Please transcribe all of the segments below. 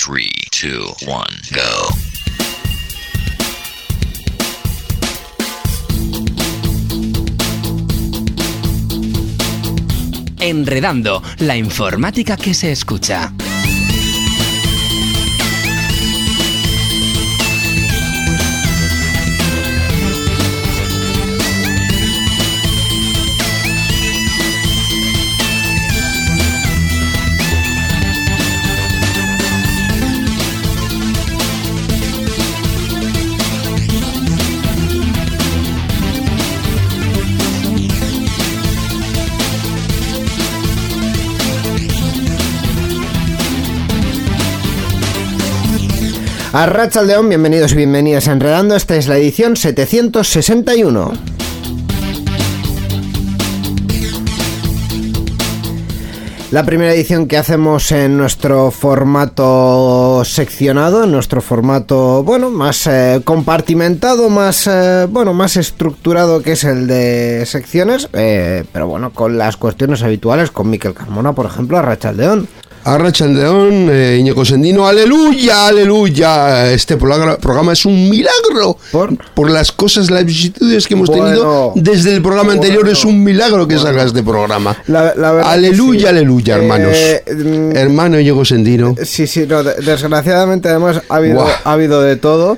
3, 2, 1, go. Enredando, la informática que se escucha. Arratsaldeon, bienvenidos y bienvenidas a Enredando. Esta es la edición 761. La primera edición que hacemos en nuestro formato seccionado, en nuestro formato, más compartimentado, más estructurado, que es el de secciones, pero con las cuestiones habituales, con Miquel Carmona, por ejemplo. Arratsaldeon. Arratsaldeon, Iñigo Sendino, aleluya, aleluya. Este programa es un milagro. ¿Por? Las cosas, las vicisitudes que hemos tenido desde el programa anterior. Es un milagro que salga este programa. La aleluya, sí. Aleluya, hermanos. Hermano Iñigo Sendino. Sí, no, desgraciadamente además ha habido de todo.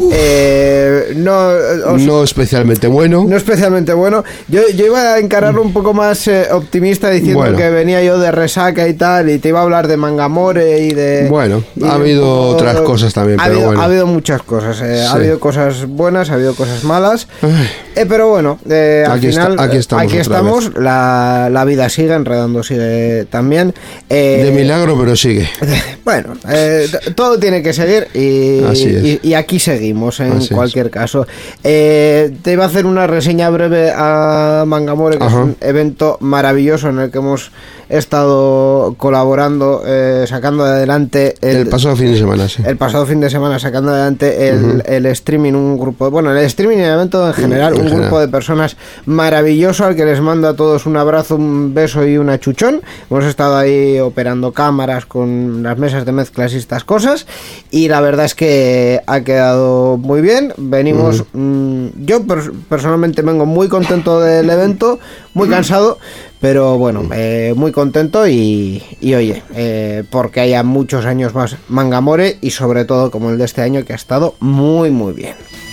No especialmente bueno. No especialmente bueno. Yo iba a encararlo un poco más optimista, diciendo que venía yo de resaca y tal, y te iba a hablar de Mangamore y de... Bueno, ha habido otras cosas también, Ha habido muchas cosas, sí. Ha habido cosas buenas, ha habido cosas malas, pero al final aquí estamos, la vida sigue, Enredando sigue también. De milagro, pero sigue. Todo tiene que seguir y aquí seguimos en cualquier caso. Te iba a hacer una reseña breve a Mangamore, que es un evento maravilloso en el que hemos estado colaborando, sacando adelante el pasado fin de semana, sí. El pasado fin de semana, sacando adelante el streaming, un grupo, el streaming y el evento en general, grupo de personas maravilloso, al que les mando a todos un abrazo, un beso y un achuchón. Hemos estado ahí operando cámaras con las mesas de mezclas y estas cosas, y la verdad es que ha quedado muy bien. Venimos, yo personalmente vengo muy contento del evento, muy cansado, pero muy contento y oye, porque haya muchos años más Mangamore, y sobre todo como el de este año, que ha estado muy muy bien.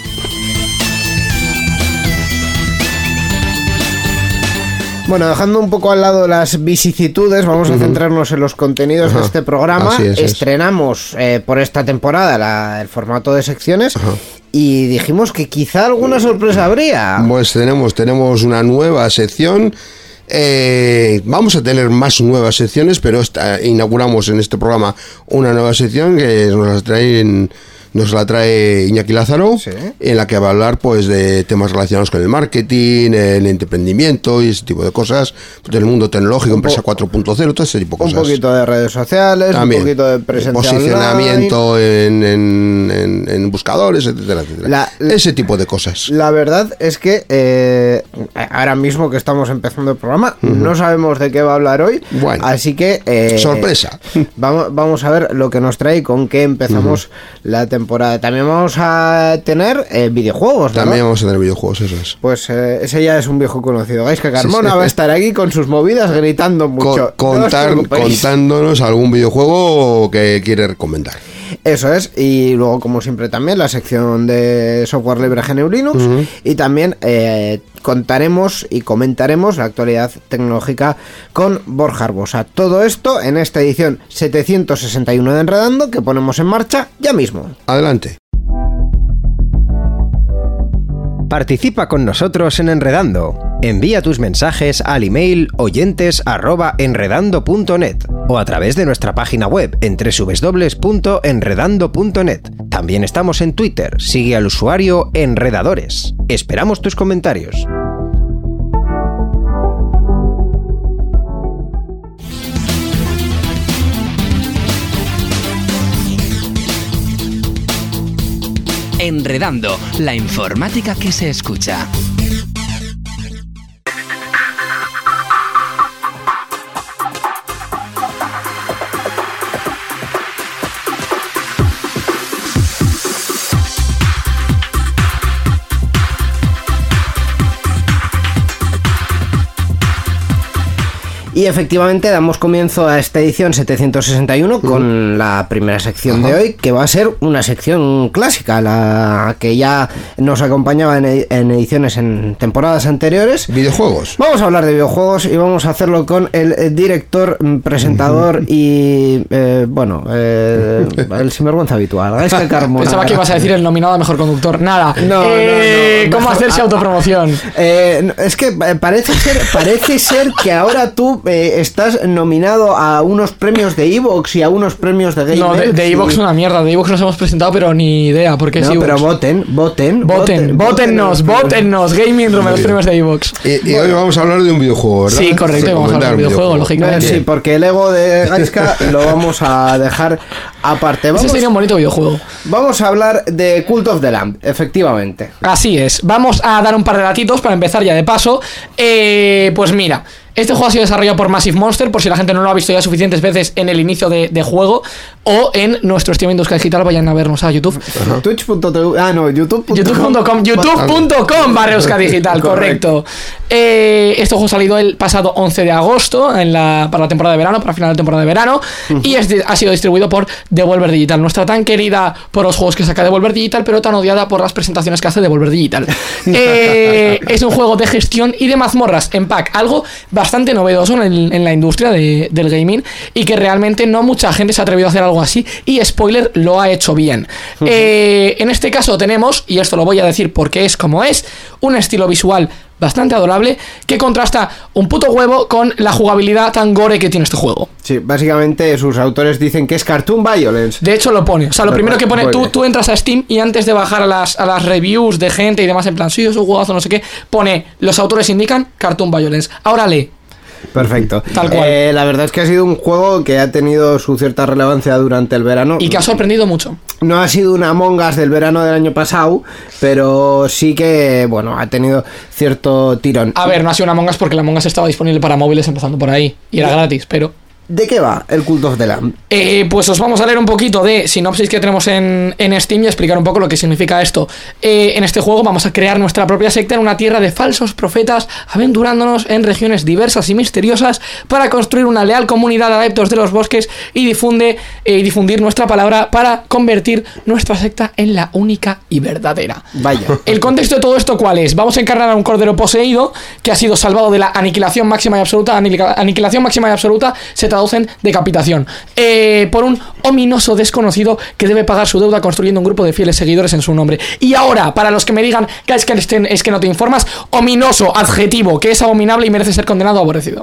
Dejando un poco al lado las vicisitudes, vamos a centrarnos en los contenidos de este programa. Estrenamos por esta temporada el formato de secciones. Y dijimos que quizá alguna sorpresa habría. Pues tenemos una nueva sección. Vamos a tener más nuevas secciones, pero inauguramos en este programa una nueva sección que nos la trae Iñaki Lázaro, en la que va a hablar de temas relacionados con el marketing, el emprendimiento y ese tipo de cosas, del mundo tecnológico, empresa 4.0, todo ese tipo de cosas. Un poquito de redes sociales, también, un poquito de presencia posicionamiento en buscadores, etcétera. Ese tipo de cosas. La verdad es que ahora mismo que estamos empezando el programa, no sabemos de qué va a hablar hoy, así que sorpresa. Vamos a ver lo que nos trae y con qué empezamos la temporada. También vamos a tener videojuegos, ¿verdad? También vamos a tener videojuegos, eso es. Pues ese ya es un viejo conocido. Gaisca Carmona va a estar aquí con sus movidas, gritando mucho. Contándonos algún videojuego que quiere recomendar. Eso es, y luego, como siempre, también la sección de software libre GNU Linux, y también contaremos y comentaremos la actualidad tecnológica con Borja Arbosa. Todo esto en esta edición 761 de Enredando, que ponemos en marcha ya mismo. Adelante. Participa con nosotros en Enredando. Envía tus mensajes al email oyentes@enredando.net o a través de nuestra página web en www.enredando.net. También estamos en Twitter. Sigue al usuario Enredadores. Esperamos tus comentarios. Enredando, la informática que se escucha. Y efectivamente damos comienzo a esta edición 761 con la primera sección de hoy, que va a ser una sección clásica, la que ya nos acompañaba en ediciones en temporadas anteriores. Videojuegos. Vamos a hablar de videojuegos y vamos a hacerlo con el director, presentador y el sinvergüenza habitual, Gaizka Carmona. Pensaba que ibas a decir el nominado a mejor conductor. Nada. No. ¿Cómo hacerse autopromoción? Es que parece ser que ahora tú estás nominado a unos premios de Evox y a unos premios de Game No, de Evox es una mierda. De Evox nos hemos presentado, pero ni idea. Porque no, es pero Votennos, Gaming Room, los premios de Evox. Y hoy vamos a hablar de un videojuego, ¿verdad? Sí, correcto, vamos a hablar de un videojuego, lógicamente. Sí, porque el ego de Gaizka lo vamos a dejar aparte. Ese sería un bonito videojuego. Vamos a hablar de Cult of the Lamb, efectivamente. Así es. Vamos a dar un par de datitos para empezar ya de paso. Pues mira, este juego ha sido desarrollado por Massive Monster, por si la gente no lo ha visto ya suficientes veces en el inicio de juego, o en nuestro streaming de Euskadi Digital. Vayan a vernos a YouTube. Twitch.tv, youtube.com / Euskadi Digital, correcto. Este juego ha salido el pasado 11 de agosto para la temporada de verano, para final de temporada de verano, y ha sido distribuido por Devolver Digital, nuestra tan querida por los juegos que saca Devolver Digital, pero tan odiada por las presentaciones que hace Devolver Digital. Es un juego de gestión y de mazmorras en pack, algo bastante novedoso en la industria del gaming, y que realmente no mucha gente se ha atrevido a hacer algo así, y spoiler, lo ha hecho bien. En este caso tenemos, y esto lo voy a decir porque es como es, un estilo visual bastante adorable que contrasta un puto huevo con la jugabilidad tan gore que tiene este juego. Sí, básicamente sus autores dicen que es cartoon violence. De hecho lo pone, o sea, lo primero que pone, tú entras a Steam y antes de bajar a las reviews de gente y demás en plan, sí, es un juegazo, no sé qué, pone, los autores indican cartoon violence. Ahora lee. Perfecto. Tal cual. La verdad es que ha sido un juego que ha tenido su cierta relevancia durante el verano. Y que ha sorprendido mucho. No ha sido una Among Us del verano del año pasado, pero sí que, bueno, ha tenido cierto tirón. A ver, no ha sido una Among Us porque la Among Us estaba disponible para móviles empezando por ahí. Y era gratis, pero... ¿De qué va el Cult of the Lamb? Pues os vamos a leer un poquito de sinopsis que tenemos en Steam y explicar un poco lo que significa esto. En este juego vamos a crear nuestra propia secta en una tierra de falsos profetas, aventurándonos en regiones diversas y misteriosas para construir una leal comunidad de adeptos de los bosques y difundir nuestra palabra para convertir nuestra secta en la única y verdadera. Vaya. El contexto de todo esto, ¿cuál es? Vamos a encarnar a un cordero poseído que ha sido salvado de la aniquilación máxima y absoluta. Aniquilación máxima y absoluta se traducen decapitación, por un ominoso desconocido que debe pagar su deuda construyendo un grupo de fieles seguidores en su nombre. Y ahora, para los que me digan que es que no te informas, ominoso, adjetivo, que es abominable y merece ser condenado o aborrecido.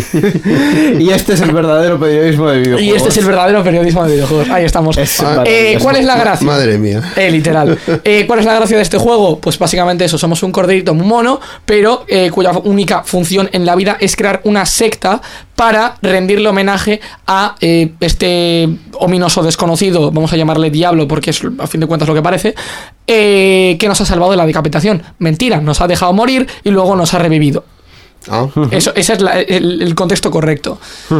Y este es el verdadero periodismo de videojuegos. Y este es el verdadero periodismo de videojuegos. Ahí estamos. ¿Cuál es la gracia? Madre mía. Literal. ¿Cuál es la gracia de este juego? Pues básicamente eso, somos un corderito, un mono, pero cuya única función en la vida es crear una secta para rendirle homenaje a este ominoso desconocido, vamos a llamarle diablo porque es a fin de cuentas lo que parece, que nos ha salvado de la decapitación. Mentira, nos ha dejado morir y luego nos ha revivido. Ese es el contexto correcto.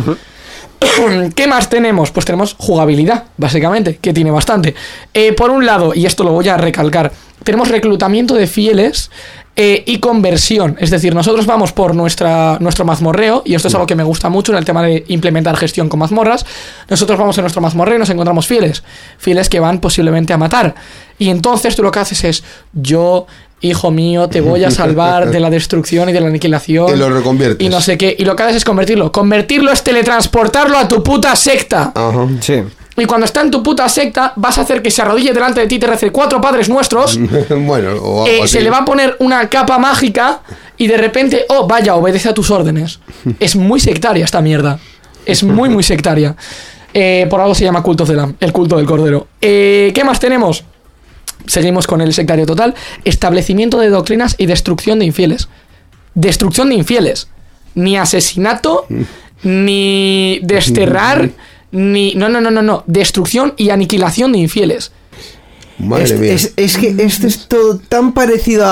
¿Qué más tenemos? Pues tenemos jugabilidad, básicamente, que tiene bastante. Por un lado, y esto lo voy a recalcar, tenemos reclutamiento de fieles y conversión. Es decir, nosotros vamos por nuestro mazmorreo, y esto es algo que me gusta mucho en el tema de implementar gestión con mazmorras. Nosotros vamos en nuestro mazmorreo y nos encontramos fieles que van posiblemente a matar. Y entonces tú lo que haces es, yo, hijo mío, te voy a salvar de la destrucción y de la aniquilación. Y lo reconviertes. Y no sé qué. Y lo que haces es convertirlo. Convertirlo es teletransportarlo a tu puta secta. Ajá. Sí. Y cuando está en tu puta secta, vas a hacer que se arrodille delante de ti y te rece 4 padres nuestros. Bueno, o algo así. Se le va a poner una capa mágica y de repente, oh, vaya, obedece a tus órdenes. Es muy sectaria esta mierda. Es muy, muy sectaria. Por algo se llama Cult of the Lamb, el culto del cordero. ¿Qué más tenemos? Seguimos con el sectario total. Establecimiento de doctrinas y destrucción de infieles. Destrucción de infieles. Ni asesinato, ni desterrar, ni... No. Destrucción y aniquilación de infieles. Madre mía. Es que esto es todo tan parecido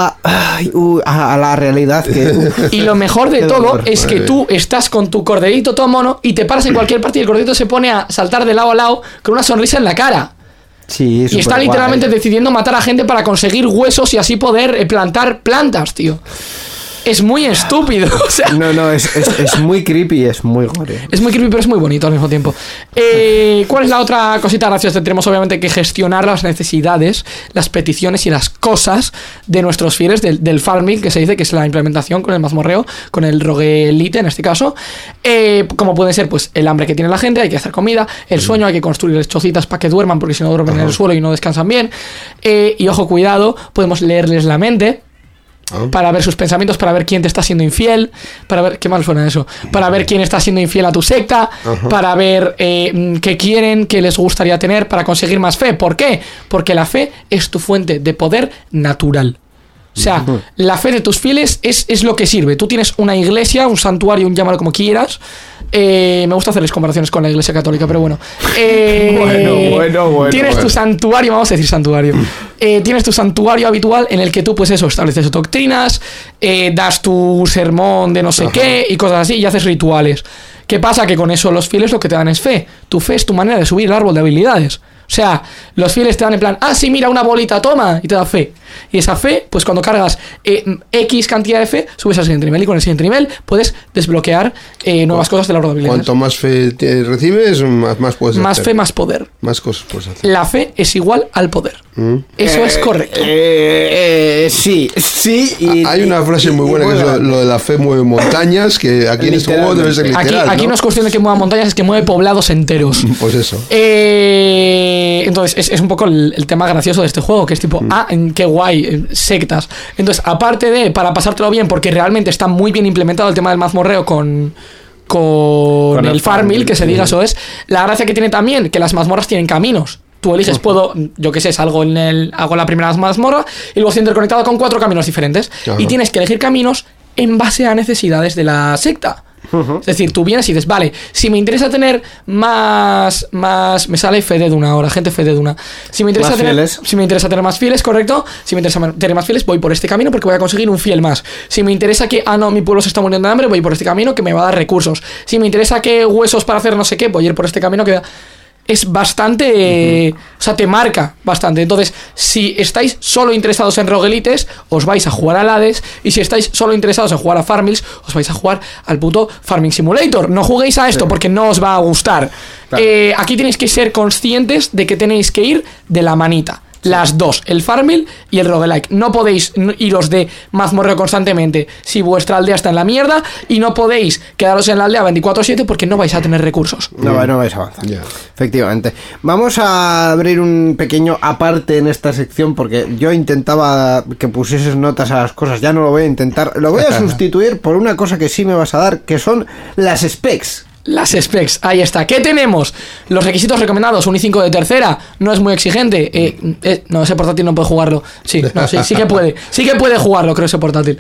a la realidad que... Y lo mejor de todo es que tú estás con tu corderito todo mono y te paras en cualquier parte y el corderito se pone a saltar de lado a lado con una sonrisa en la cara. Sí, y está literalmente decidiendo matar a gente para conseguir huesos y así poder plantar plantas, tío. es muy estúpido. O sea, No, es muy creepy, es muy gore. es muy creepy, pero es muy bonito al mismo tiempo. ¿Cuál es la otra cosita graciosa? Tenemos obviamente que gestionar las necesidades, las peticiones y las cosas de nuestros fieles del farming, que se dice que es la implementación con el mazmorreo, con el roguelite en este caso. Como puede ser pues el hambre que tiene la gente, hay que hacer comida, el sueño, hay que construir chocitas para que duerman, porque si no duermen en el suelo y no descansan bien. Y ojo, cuidado, podemos leerles la mente para ver sus pensamientos, para ver quién te está siendo infiel, para ver, qué mal suena eso, para ver quién está siendo infiel a tu secta, para ver qué quieren, qué les gustaría tener para conseguir más fe. ¿Por qué? Porque la fe es tu fuente de poder natural. O sea, la fe de tus fieles es lo que sirve. Tú tienes una iglesia, un santuario, llámalo como quieras. Me gusta hacerles comparaciones con la iglesia católica, pero bueno. Bueno. Tienes tu santuario, vamos a decir santuario. Tienes tu santuario habitual en el que tú, pues eso, estableces doctrinas, das tu sermón de no sé qué y cosas así, y haces rituales. ¿Qué pasa? Que con eso los fieles lo que te dan es fe. Tu fe es tu manera de subir el árbol de habilidades. O sea, los fieles te dan en plan, sí, mira, una bolita, toma, y te da fe. Y esa fe, pues cuando cargas X cantidad de fe, subes al siguiente nivel, y con el siguiente nivel puedes desbloquear nuevas cosas del árbol de habilidades. Cuanto más fe recibes, más puedes hacer. Más fe, más poder. Más cosas puedes hacer. La fe es igual al poder. Eso es correcto. Sí. Hay una frase muy buena que es lo de la fe mueve montañas, que aquí en este juego debe ser literal. Aquí no es cuestión de que mueva montañas, es que mueve poblados enteros. Pues eso. Entonces es un poco el tema gracioso de este juego, que es tipo, qué guay, sectas. Entonces, aparte de, para pasártelo bien, porque realmente está muy bien implementado el tema del mazmorreo con el Farmville, que se diga, eso es. La gracia que tiene también, que las mazmorras tienen caminos. Tú eliges, yo qué sé, hago la primera mazmorra y luego estoy interconectado con 4 caminos diferentes. Y tienes que elegir caminos en base a necesidades de la secta. Es decir, tú vienes y dices, vale, si me interesa tener más me sale fe de Duna ahora, gente fe de Duna. Si me interesa tener más fieles, correcto. Si me interesa tener más fieles, voy por este camino porque voy a conseguir un fiel más. Si me interesa que, mi pueblo se está muriendo de hambre, voy por este camino que me va a dar recursos. Si me interesa que huesos para hacer no sé qué, voy a ir por este camino que es bastante... O sea, te marca bastante. Entonces, si estáis solo interesados en roguelites, os vais a jugar al Hades. Y si estáis solo interesados en jugar a Farmvilles, os vais a jugar al puto Farming Simulator. No juguéis a esto porque no os va a gustar. Claro. Aquí tenéis que ser conscientes de que tenéis que ir de la manita. Las dos, el Farmville y el roguelike. No podéis iros de mazmorreo constantemente si vuestra aldea está en la mierda, y no podéis quedaros en la aldea 24/7 porque no vais a tener recursos. No vais a avanzar. Efectivamente. Vamos a abrir un pequeño aparte en esta sección, porque yo intentaba que pusieses notas a las cosas. Ya no lo voy a intentar. Lo voy a sustituir por una cosa que sí me vas a dar, que son las specs. Las specs, ahí está. ¿Qué tenemos? Los requisitos recomendados: un i5 de tercera, no es muy exigente. No, ese portátil no puede jugarlo. Sí que puede. Sí que puede jugarlo, creo, ese portátil.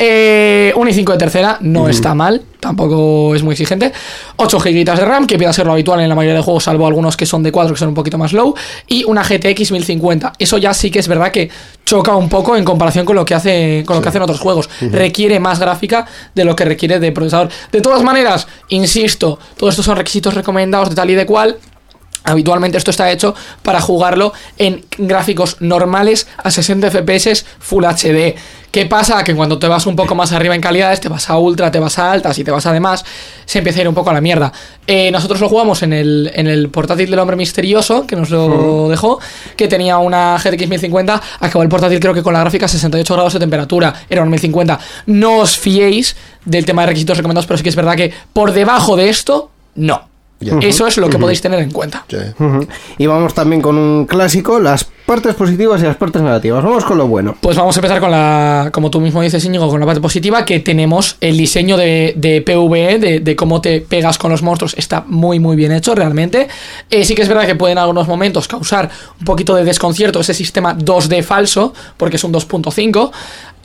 Un i5 de tercera no está mal, tampoco es muy exigente. 8 GB de RAM, que empieza a ser lo habitual en la mayoría de juegos, salvo algunos que son de 4, que son un poquito más low. Y una GTX 1050. Eso ya sí que es verdad que choca un poco en comparación con lo que hacen otros juegos. Requiere más gráfica de lo que requiere de procesador. De todas maneras, insisto, todos estos son requisitos recomendados de tal y de cual. Habitualmente esto está hecho para jugarlo en gráficos normales a 60 FPS Full HD. ¿Qué pasa? Que cuando te vas un poco más arriba en calidades, te vas a ultra, te vas a altas y te vas a demás, se empieza a ir un poco a la mierda. Nosotros lo jugamos en el portátil del hombre misterioso, que nos lo dejó, que tenía una GTX 1050. Acabó el portátil creo que con la gráfica 68 grados de temperatura. Era un 1050. No os fiéis del tema de requisitos recomendados, pero sí que es verdad que por debajo de esto, no. Eso es lo que podéis tener en cuenta. Y vamos también con un clásico, las partes positivas y las partes negativas. Vamos con lo bueno. Pues vamos a empezar con como tú mismo dices, Íñigo, con la parte positiva, que tenemos el diseño de PvE, de cómo te pegas con los monstruos. Está muy muy bien hecho realmente. Sí que es verdad que puede en algunos momentos causar un poquito de desconcierto ese sistema 2D falso, porque es un 2.5.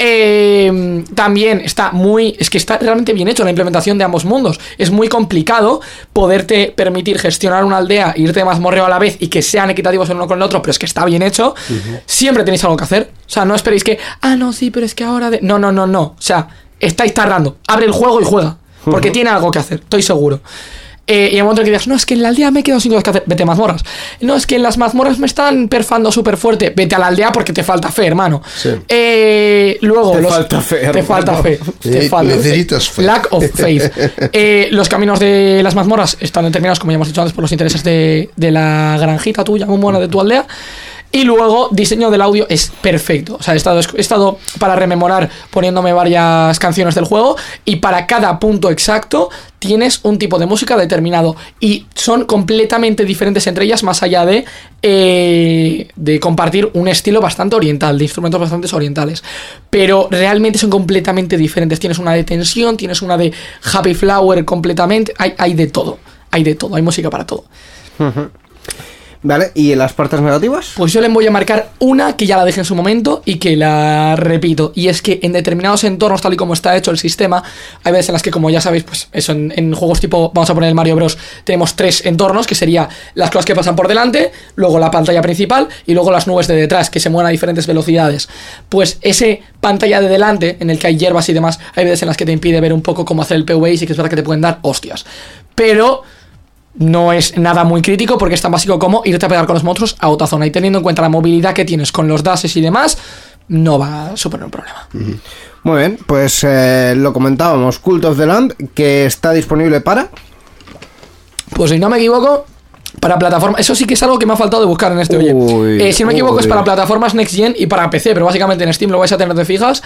También está está realmente bien hecho la implementación de ambos mundos. Es muy complicado poderte permitir gestionar una aldea e irte de mazmorreo a la vez y que sean equitativos el uno con el otro, pero es que está bien hecho. Siempre tenéis algo que hacer. O sea, no esperéis que no, sí, pero es que ahora no. O sea, estáis tardando. Abre el juego y juega, porque tiene algo que hacer, estoy seguro. Y en el momento en que digas, no, es que en la aldea me he quedado sin cosas que hacer, vete a mazmorras. No, es que en las mazmorras me están perfando súper fuerte, vete a la aldea porque te falta fe, hermano. Sí. Luego Te falta fe, te hermano. falta fe. Te falta Necesitas fe. Lack of faith. Los caminos de las mazmorras están determinados, como ya hemos dicho antes, por los intereses de la granjita tuya, muy buena, de tu aldea. Y luego, diseño del audio es perfecto. O sea, he estado para rememorar poniéndome varias canciones del juego, y para cada punto exacto tienes un tipo de música determinado. Y son completamente diferentes entre ellas, más allá de compartir un estilo bastante oriental, de instrumentos bastante orientales. Pero realmente son completamente diferentes. Tienes una de tensión, tienes una de Happy Flower completamente. Hay de todo. Hay de todo. Hay música para todo. Vale, ¿y en las partes negativas? Pues yo le voy a marcar una que ya la dejé en su momento y que la repito. Y es que en determinados entornos, tal y como está hecho el sistema, hay veces en las que, como ya sabéis, pues eso, en juegos tipo, vamos a poner el Mario Bros, tenemos 3 entornos, que sería las cosas que pasan por delante, luego la pantalla principal y luego las nubes de detrás, que se mueven a diferentes velocidades. Pues ese pantalla de delante, en el que hay hierbas y demás, hay veces en las que te impide ver un poco cómo hacer el PvE, y sí que es verdad que te pueden dar hostias. Pero no es nada muy crítico, porque es tan básico como irte a pegar con los monstruos a otra zona, y teniendo en cuenta la movilidad que tienes con los dashes y demás, no va a suponer un problema. Muy bien, pues lo comentábamos, Cult of the Lamb, que está disponible para... Pues si no me equivoco, para plataforma, eso sí que es algo que me ha faltado de buscar en este oye. Si no me equivoco, es para plataformas Next Gen y para PC, pero básicamente en Steam lo vais a tener de fijas,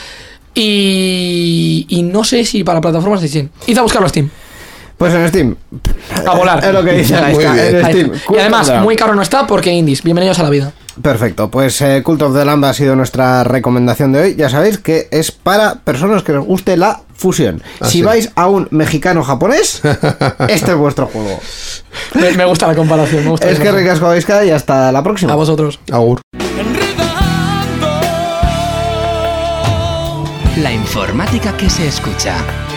y no sé si para plataformas Next Gen. Id a buscarlo a Steam. Pues en Steam. A volar. Es lo que dice Muy Gaisca, bien. en Steam. Y Cult además, of the Lamb. muy caro no está, porque indies. Bienvenidos a la vida. Perfecto, pues Cult of the Lamb ha sido nuestra recomendación de hoy. Ya sabéis que es para personas que les guste la fusión. Si sí. vais a un mexicano-japonés, este es vuestro juego. Me gusta la comparación. Me gusta Es la que comparación. ricasco Gaisca, y hasta la próxima. A vosotros. Agur. La informática que se escucha.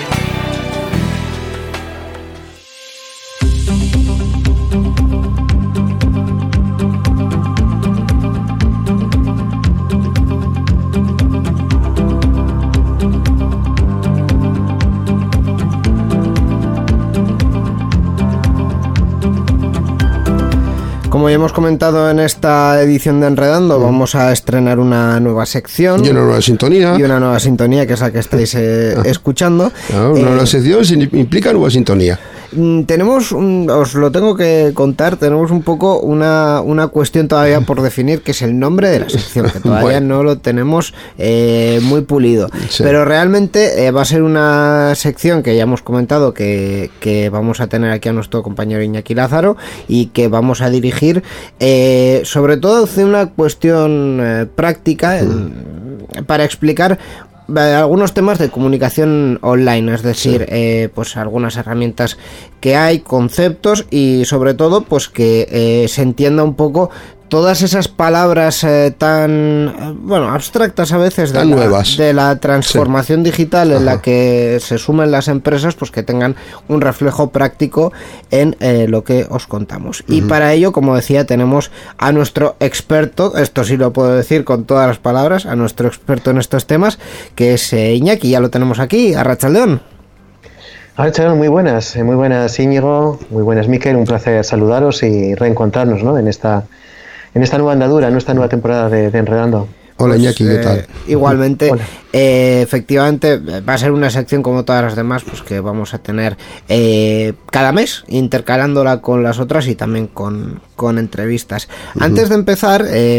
Como ya hemos comentado en esta edición de Enredando, vamos a estrenar una nueva sección Y una nueva sintonía. y una nueva sintonía, que es la que estáis escuchando. Claro, una nueva sección implica nueva sintonía. Tenemos, os lo tengo que contar, tenemos un poco una cuestión todavía por definir, que es el nombre de la sección, que todavía Bueno. no lo tenemos muy pulido. Sí. Pero realmente va a ser una sección que ya hemos comentado que vamos a tener aquí a nuestro compañero Iñaki Lázaro, y que vamos a dirigir sobre todo de una cuestión práctica para explicar algunos temas de comunicación online, es decir, pues algunas herramientas que hay, conceptos, y sobre todo pues que se entienda un poco todas esas palabras tan abstractas a veces Tan nuevas. de la transformación digital en la que se sumen las empresas, pues que tengan un reflejo práctico en lo que os contamos. Y para ello, como decía, tenemos a nuestro experto, esto sí lo puedo decir con todas las palabras, a nuestro experto en estos temas, que es Iñaki. Ya lo tenemos aquí, Arratsaldeon. Hola, muy buenas Íñigo, muy buenas Mikel, un placer saludaros y reencontrarnos, ¿no? en esta nueva andadura, en esta nueva temporada de Enredando. Hola, Pues, Iñaki, ¿qué tal? Igualmente, Hola. efectivamente, va a ser una sección como todas las demás, pues que vamos a tener cada mes, intercalándola con las otras y también con entrevistas. Antes de empezar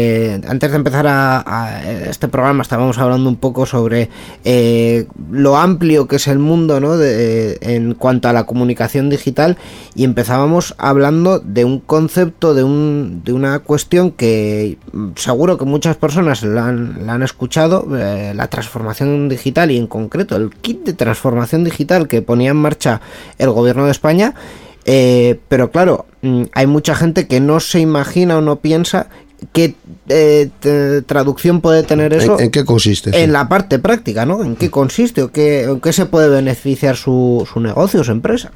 a este programa, estábamos hablando un poco sobre lo amplio que es el mundo, ¿no? En cuanto a la comunicación digital, y empezábamos hablando de un concepto, de una cuestión que seguro que muchas personas la han escuchado, la transformación digital, y en concreto el kit de transformación digital que ponía en marcha el gobierno de España. Pero claro, hay mucha gente que no se imagina o no piensa qué traducción puede tener eso. ¿En qué consiste? En la parte práctica, ¿no? ¿En qué consiste o en qué se puede beneficiar su negocio, su empresa?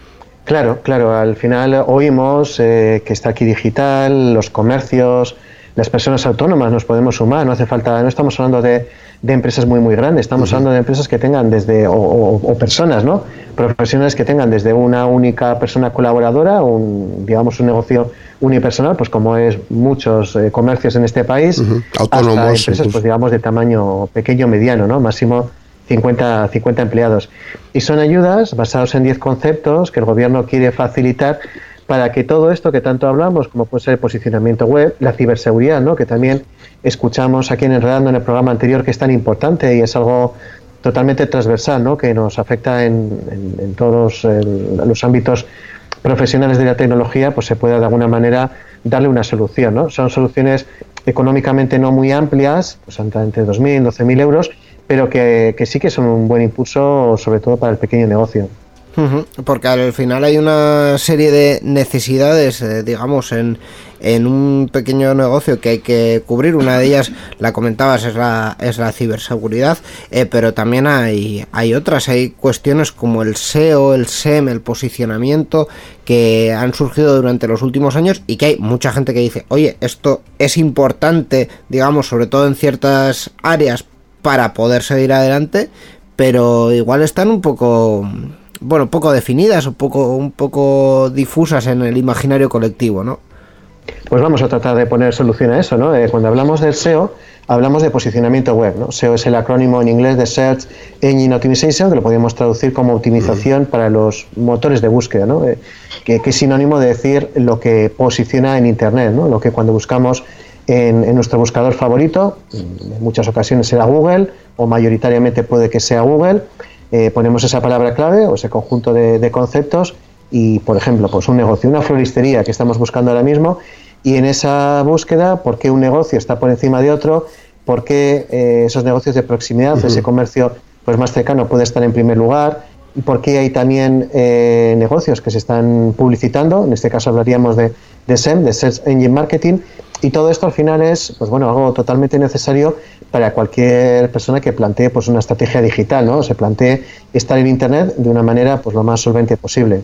Claro, al final oímos que está aquí digital, los comercios, las personas autónomas nos podemos sumar, no hace falta, no estamos hablando de empresas muy grandes, estamos hablando de empresas que tengan desde, o personas, ¿no? Profesionales que tengan desde una única persona colaboradora, digamos un negocio unipersonal, pues como es muchos comercios en este país, autónomos, hasta empresas, pues digamos de tamaño pequeño mediano, ¿no? Máximo 50 empleados. Y son ayudas basadas en 10 conceptos que el gobierno quiere facilitar para que todo esto que tanto hablamos, como puede ser el posicionamiento web, la ciberseguridad, ¿no? Que también escuchamos aquí en Enredando en el programa anterior, que es tan importante y es algo totalmente transversal, ¿no? Que nos afecta en todos los ámbitos profesionales de la tecnología, pues se puede de alguna manera darle una solución, ¿no? Son soluciones económicamente no muy amplias, pues entre 2.000 y 12.000 euros, pero que sí que son un buen impulso, sobre todo para el pequeño negocio. Porque al final hay una serie de necesidades, digamos, en un pequeño negocio que hay que cubrir. Una de ellas, la comentabas, es la ciberseguridad, pero también hay otras. Hay cuestiones como el SEO, el SEM, el posicionamiento, que han surgido durante los últimos años y que hay mucha gente que dice, oye, esto es importante, digamos, sobre todo en ciertas áreas para poder seguir adelante, pero igual están un poco definidas, un poco difusas en el imaginario colectivo, ¿no? Pues vamos a tratar de poner solución a eso, ¿no? Cuando hablamos del SEO, hablamos de posicionamiento web, ¿no? SEO es el acrónimo en inglés de Search Engine Optimization, que lo podríamos traducir como optimización para los motores de búsqueda, ¿no? Que es sinónimo de decir lo que posiciona en Internet, ¿no? Lo que cuando buscamos en nuestro buscador favorito, en muchas ocasiones será Google, o mayoritariamente puede que sea Google, ponemos esa palabra clave o ese conjunto de conceptos y, por ejemplo, pues un negocio, una floristería que estamos buscando ahora mismo, y en esa búsqueda, ¿por qué un negocio está por encima de otro? ¿Por qué esos negocios de proximidad, ese comercio pues más cercano puede estar en primer lugar? ¿Y por qué hay también negocios que se están publicitando? En este caso hablaríamos de SEM, de Search Engine Marketing, y todo esto al final es, pues bueno, algo totalmente necesario para cualquier persona que plantee pues una estrategia digital, ¿no? Se plantee estar en Internet de una manera pues lo más solvente posible.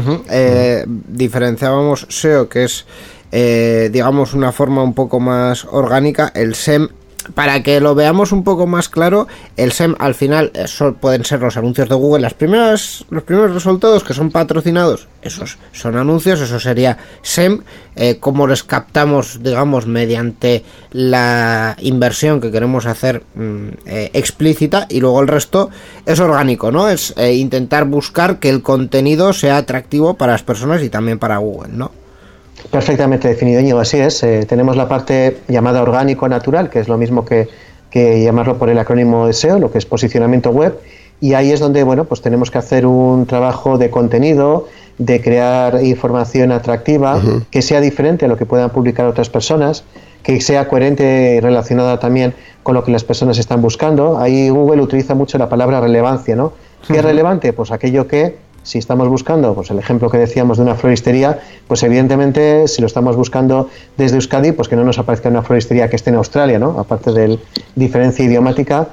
Diferenciábamos SEO, que es digamos una forma un poco más orgánica, el SEM. Para que lo veamos un poco más claro, el SEM al final pueden ser los anuncios de Google, los primeros resultados que son patrocinados, esos son anuncios, eso sería SEM, cómo les captamos, digamos, mediante la inversión que queremos hacer explícita, y luego el resto es orgánico, ¿no? Es intentar buscar que el contenido sea atractivo para las personas y también para Google, ¿no? Perfectamente definido, Íñigo, así es. Tenemos la parte llamada orgánico natural, que es lo mismo que llamarlo por el acrónimo de SEO, lo que es posicionamiento web, y ahí es donde, bueno, pues tenemos que hacer un trabajo de contenido, de crear información atractiva, que sea diferente a lo que puedan publicar otras personas, que sea coherente y relacionada también con lo que las personas están buscando. Ahí Google utiliza mucho la palabra relevancia, ¿no? ¿Qué es relevante? Pues aquello que, si estamos buscando, pues el ejemplo que decíamos de una floristería, pues evidentemente si lo estamos buscando desde Euskadi, pues que no nos aparezca una floristería que esté en Australia, ¿no? Aparte de la diferencia idiomática,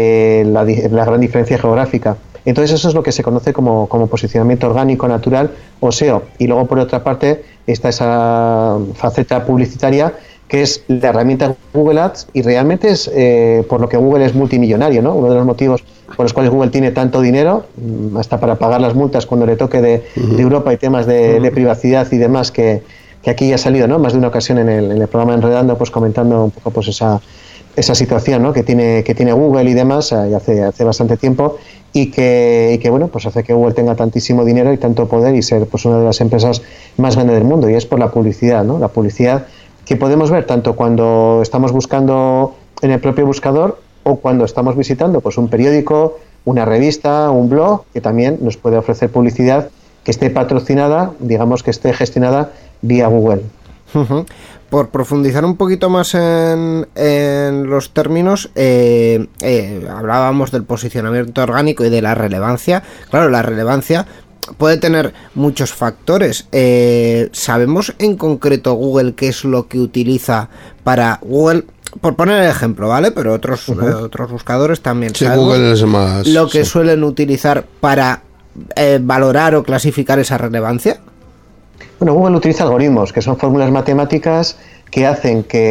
la gran diferencia geográfica. Entonces eso es lo que se conoce como posicionamiento orgánico, natural o SEO. Y luego por otra parte está esa faceta publicitaria, que es la herramienta Google Ads, y realmente es por lo que Google es multimillonario, ¿no? Uno de los motivos por los cuales Google tiene tanto dinero, hasta para pagar las multas cuando le toque de Europa y temas de privacidad y demás, que aquí ya ha salido, ¿no? Más de una ocasión en el programa Enredando, pues comentando un poco pues esa situación, ¿no? que tiene Google y demás, y hace bastante tiempo, y que bueno, pues hace que Google tenga tantísimo dinero y tanto poder y ser pues una de las empresas más grandes del mundo, y es por la publicidad, ¿no? La publicidad que podemos ver tanto cuando estamos buscando en el propio buscador o cuando estamos visitando pues un periódico, una revista, un blog, que también nos puede ofrecer publicidad que esté patrocinada, digamos que esté gestionada vía Google. Por profundizar un poquito más en los términos, hablábamos del posicionamiento orgánico y de la relevancia. Claro, la relevancia puede tener muchos factores. ¿Sabemos en concreto Google qué es lo que utiliza para Google? Por poner el ejemplo, ¿vale? Pero otros buscadores también. Sí, Google es más... Lo que suelen utilizar para valorar o clasificar esa relevancia. Bueno, Google utiliza algoritmos, que son fórmulas matemáticas que hacen que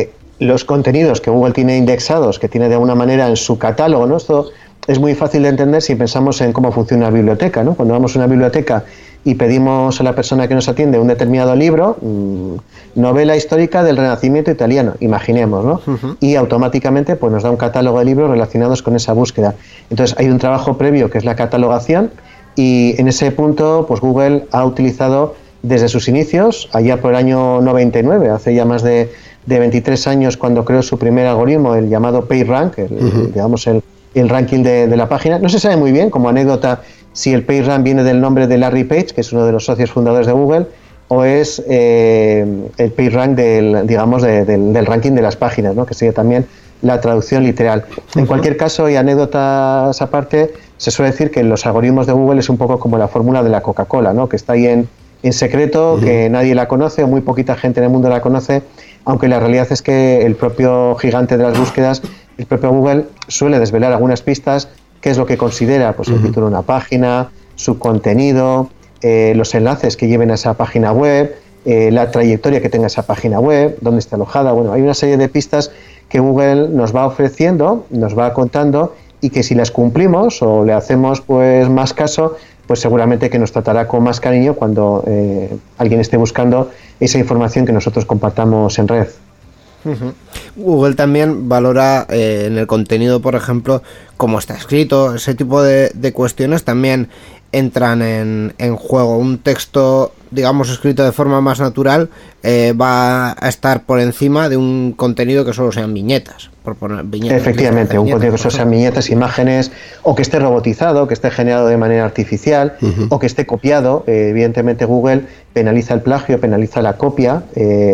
los contenidos que Google tiene indexados, que tiene de alguna manera en su catálogo, ¿no? Esto es muy fácil de entender si pensamos en cómo funciona una biblioteca, ¿no? Cuando vamos a una biblioteca y pedimos a la persona que nos atiende un determinado libro, novela histórica del Renacimiento italiano, imaginemos, ¿no? Y automáticamente pues nos da un catálogo de libros relacionados con esa búsqueda. Entonces hay un trabajo previo que es la catalogación, y en ese punto pues Google ha utilizado desde sus inicios, allá por el año 99, hace ya más de 23 años, cuando creó su primer algoritmo, el llamado PageRank, digamos el ranking de la página. No se sabe muy bien, como anécdota, si el PageRank viene del nombre de Larry Page, que es uno de los socios fundadores de Google, o es el PageRank del ranking de las páginas, ¿no? Que sería también la traducción literal. En cualquier caso, y anécdotas aparte, se suele decir que los algoritmos de Google es un poco como la fórmula de la Coca-Cola, ¿no? Que está ahí en secreto, que nadie la conoce o muy poquita gente en el mundo la conoce, aunque la realidad es que el propio gigante de las búsquedas, el propio Google, suele desvelar algunas pistas, qué es lo que considera, pues el título de una página, su contenido, los enlaces que lleven a esa página web, la trayectoria que tenga esa página web, dónde está alojada. Bueno, hay una serie de pistas que Google nos va ofreciendo, nos va contando, y que si las cumplimos o le hacemos pues más caso, pues seguramente que nos tratará con más cariño cuando alguien esté buscando esa información que nosotros compartamos en red. Google también valora en el contenido, por ejemplo, cómo está escrito. Ese tipo de cuestiones también entran en juego. Un texto, digamos, escrito de forma más natural va a estar por encima de un contenido que solo sean viñetas, por poner viñetas. Efectivamente, un contenido que solo sean viñetas, imágenes, o que esté robotizado, que esté generado de manera artificial, o que esté copiado. Evidentemente Google penaliza el plagio, penaliza la copia,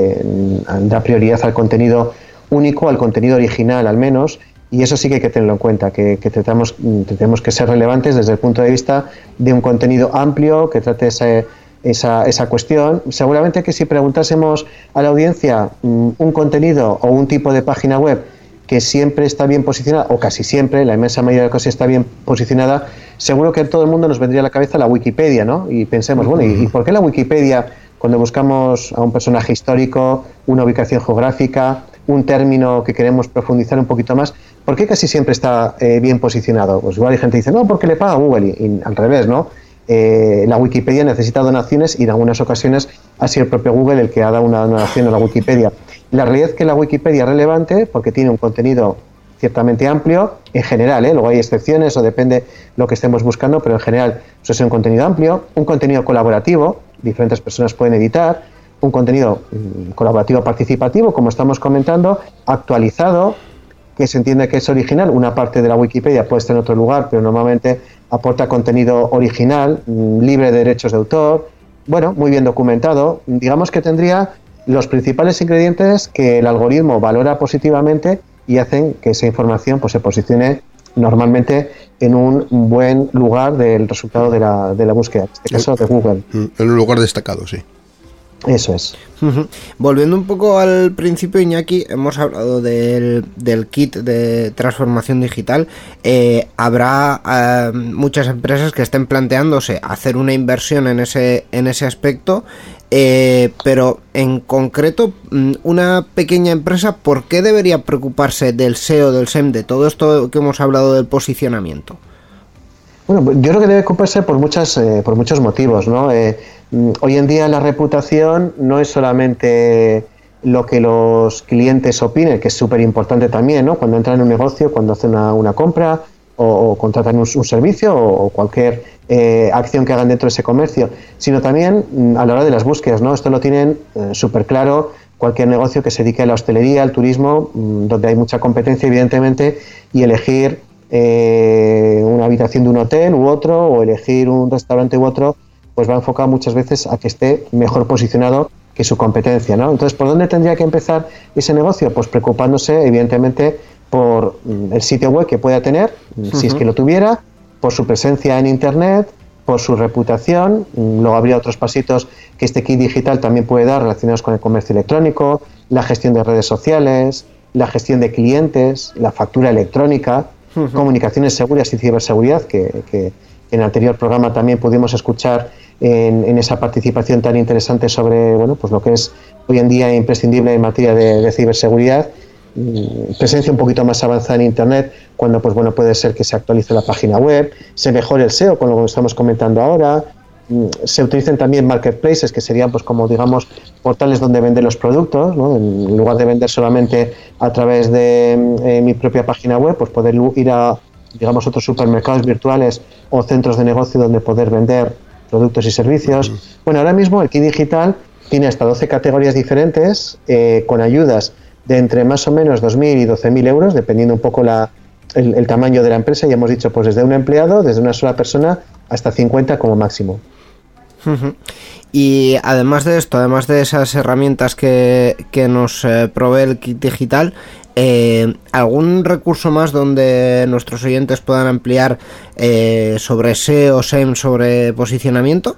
da prioridad al contenido único, al contenido original al menos, y eso sí que hay que tenerlo en cuenta, que tenemos que ser relevantes desde el punto de vista de un contenido amplio que trate esa cuestión. Seguramente que si preguntásemos a la audiencia un contenido o un tipo de página web que siempre está bien posicionada, o casi siempre, la inmensa mayoría de cosas está bien posicionada, seguro que todo el mundo nos vendría a la cabeza la Wikipedia, ¿no? Y pensemos, bueno, ¿y por qué la Wikipedia, cuando buscamos a un personaje histórico, una ubicación geográfica, un término que queremos profundizar un poquito más, ¿por qué casi siempre está bien posicionado? Pues igual hay gente que dice, no, porque le paga Google, y al revés, ¿no? La Wikipedia necesita donaciones, y en algunas ocasiones ha sido el propio Google el que ha dado una donación a la Wikipedia. La realidad es que la Wikipedia es relevante porque tiene un contenido ciertamente amplio, en general, luego hay excepciones o depende lo que estemos buscando, pero en general eso es un contenido amplio, un contenido colaborativo, diferentes personas pueden editar, un contenido colaborativo participativo, como estamos comentando, actualizado, que se entiende que es original. Una parte de la Wikipedia puede estar en otro lugar, pero normalmente aporta contenido original, libre de derechos de autor, bueno, muy bien documentado. Digamos que tendría los principales ingredientes que el algoritmo valora positivamente y hacen que esa información pues se posicione normalmente en un buen lugar del resultado de la búsqueda, en este caso de Google. En un lugar destacado, sí. Eso es. Volviendo un poco al principio, Iñaki, hemos hablado del kit de transformación digital. Habrá muchas empresas que estén planteándose hacer una inversión en ese aspecto, pero en concreto, una pequeña empresa, ¿por qué debería preocuparse del SEO, del SEM, de todo esto que hemos hablado del posicionamiento? Bueno, yo creo que debe ocuparse por muchos motivos, ¿no? Hoy en día la reputación no es solamente lo que los clientes opinen, que es súper importante también, ¿no? Cuando entran en un negocio, cuando hacen una compra o contratan un servicio o cualquier acción que hagan dentro de ese comercio, sino también a la hora de las búsquedas, ¿no? Esto lo tienen súper claro cualquier negocio que se dedique a la hostelería, al turismo, donde hay mucha competencia, evidentemente, y elegir una habitación de un hotel u otro, o elegir un restaurante u otro, pues va enfocado muchas veces a que esté mejor posicionado que su competencia, ¿no? Entonces, ¿por dónde tendría que empezar ese negocio? Pues preocupándose, evidentemente, por el sitio web que pueda tener, si es que lo tuviera, por su presencia en Internet, por su reputación. Luego habría otros pasitos que este kit digital también puede dar relacionados con el comercio electrónico, la gestión de redes sociales, la gestión de clientes, la factura electrónica, comunicaciones seguras y ciberseguridad, que en el anterior programa también pudimos escuchar en esa participación tan interesante sobre, bueno, pues lo que es hoy en día imprescindible en materia de ciberseguridad. presencia un poquito más avanzada en Internet, cuando pues bueno, puede ser que se actualice la página web, se mejore el SEO con lo que estamos comentando ahora, se utilicen también marketplaces, que serían pues como digamos portales donde vender los productos, ¿no? En lugar de vender solamente a través de mi propia página web, pues poder ir a digamos otros supermercados virtuales o centros de negocio donde poder vender productos y servicios. Bueno, ahora mismo el Kit Digital tiene hasta 12 categorías diferentes, con ayudas de entre más o menos 2.000 y 12.000 euros, dependiendo un poco el tamaño de la empresa. Ya hemos dicho, pues desde un empleado, desde una sola persona, hasta 50 como máximo. Y además de esto, además de esas herramientas que nos provee el Kit Digital, ¿algún recurso más donde nuestros oyentes puedan ampliar sobre SEO, SEM, sobre posicionamiento?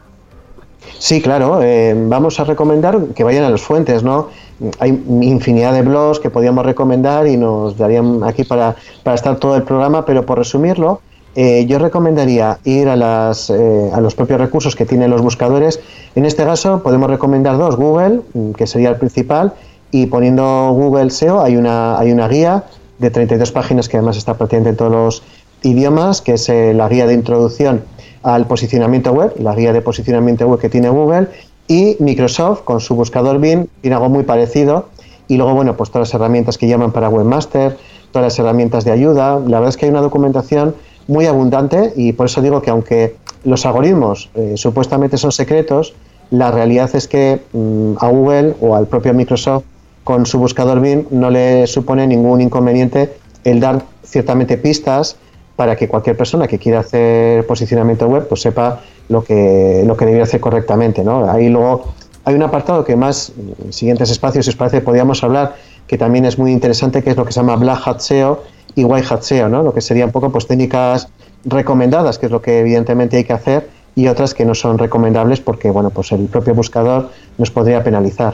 Sí, claro, vamos a recomendar que vayan a las fuentes, ¿no? Hay infinidad de blogs que podíamos recomendar y nos darían aquí para estar todo el programa, pero por resumirlo, yo recomendaría ir a los propios recursos que tienen los buscadores. En este caso podemos recomendar dos: Google, que sería el principal, y poniendo Google SEO hay una guía de 32 páginas que además está prácticamente en todos los idiomas, que es la guía de introducción al posicionamiento web, la guía de posicionamiento web que tiene Google, y Microsoft con su buscador Bing tiene algo muy parecido. Y luego, bueno, pues todas las herramientas que llaman para Webmaster, todas las herramientas de ayuda. La verdad es que hay una documentación muy abundante, y por eso digo que aunque los algoritmos supuestamente son secretos, la realidad es que a Google o al propio Microsoft con su buscador Bing no le supone ningún inconveniente el dar ciertamente pistas para que cualquier persona que quiera hacer posicionamiento web pues sepa lo que debería hacer correctamente, ¿no? Ahí luego hay un apartado que más en siguientes espacios, si os parece, podríamos hablar, que también es muy interesante, que es lo que se llama Black Hat SEO y White Hat SEO, ¿no? Lo que sería un poco pues técnicas recomendadas, que es lo que evidentemente hay que hacer, y otras que no son recomendables porque bueno, pues el propio buscador nos podría penalizar.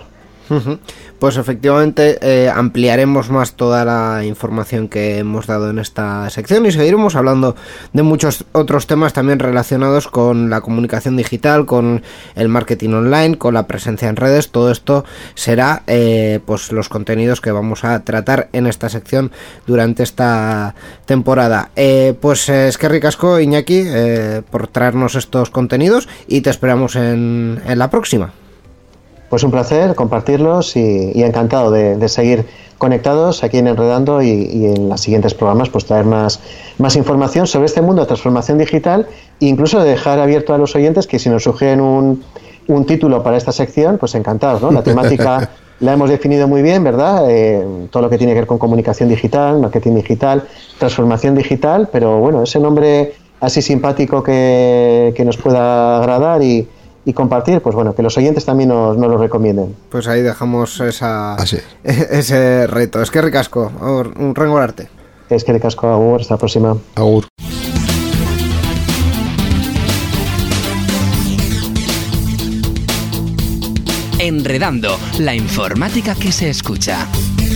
Pues efectivamente ampliaremos más toda la información que hemos dado en esta sección y seguiremos hablando de muchos otros temas también relacionados con la comunicación digital, con el marketing online, con la presencia en redes. Todo esto será pues los contenidos que vamos a tratar en esta sección durante esta temporada. Pues eskerrik asko, Iñaki, por traernos estos contenidos, y te esperamos en la próxima. Pues un placer compartirlos y encantado de seguir conectados aquí en Enredando y en los siguientes programas pues traer más información sobre este mundo de transformación digital, e incluso de dejar abierto a los oyentes que si nos sugieren un título para esta sección, pues encantados, ¿no? La temática la hemos definido muy bien, ¿verdad? Todo lo que tiene que ver con comunicación digital, marketing digital, transformación digital, pero bueno, ese nombre así simpático que nos pueda agradar y compartir, pues bueno, que los oyentes también nos lo recomienden. Pues ahí dejamos ese reto. Eskerrik asko, un rengorarte. Eskerrik asko, agur, hasta la próxima. Agur. Enredando, la informática que se escucha.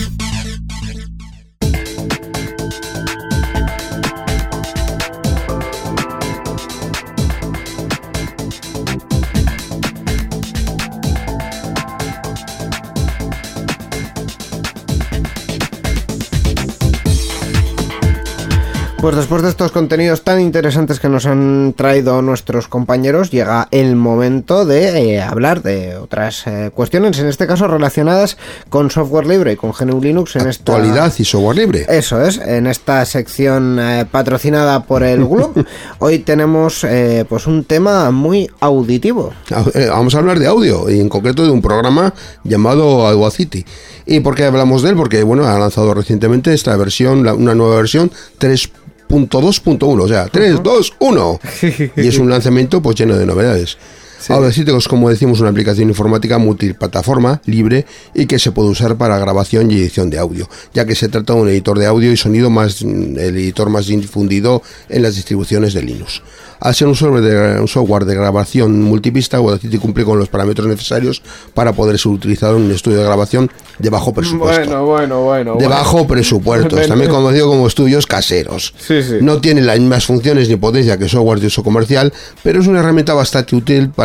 Pues después de estos contenidos tan interesantes que nos han traído nuestros compañeros, llega el momento de hablar de otras cuestiones, en este caso relacionadas con software libre y con GNU Linux. En actualidad y software libre. Eso es, en esta sección patrocinada por el GLUB. Hoy tenemos pues un tema muy auditivo. Vamos a hablar de audio, y en concreto de un programa llamado Audacity. ¿Y por qué hablamos de él? Porque bueno, ha lanzado recientemente esta versión, una nueva versión 3.2.1, o sea, 3, 2, 1. Y es un lanzamiento pues lleno de novedades. Sí. Audacity es, como decimos, una aplicación informática multiplataforma, libre, y que se puede usar para grabación y edición de audio, ya que se trata de un editor de audio y sonido el editor más difundido en las distribuciones de Linux. Al ser un software de grabación multipista, Audacity cumple con los parámetros necesarios para poder ser utilizado en un estudio de grabación de bajo presupuesto. Bueno. De bajo presupuesto, también conocido como estudios caseros. Sí. No tiene las mismas funciones ni potencia que software de uso comercial, pero es una herramienta bastante útil para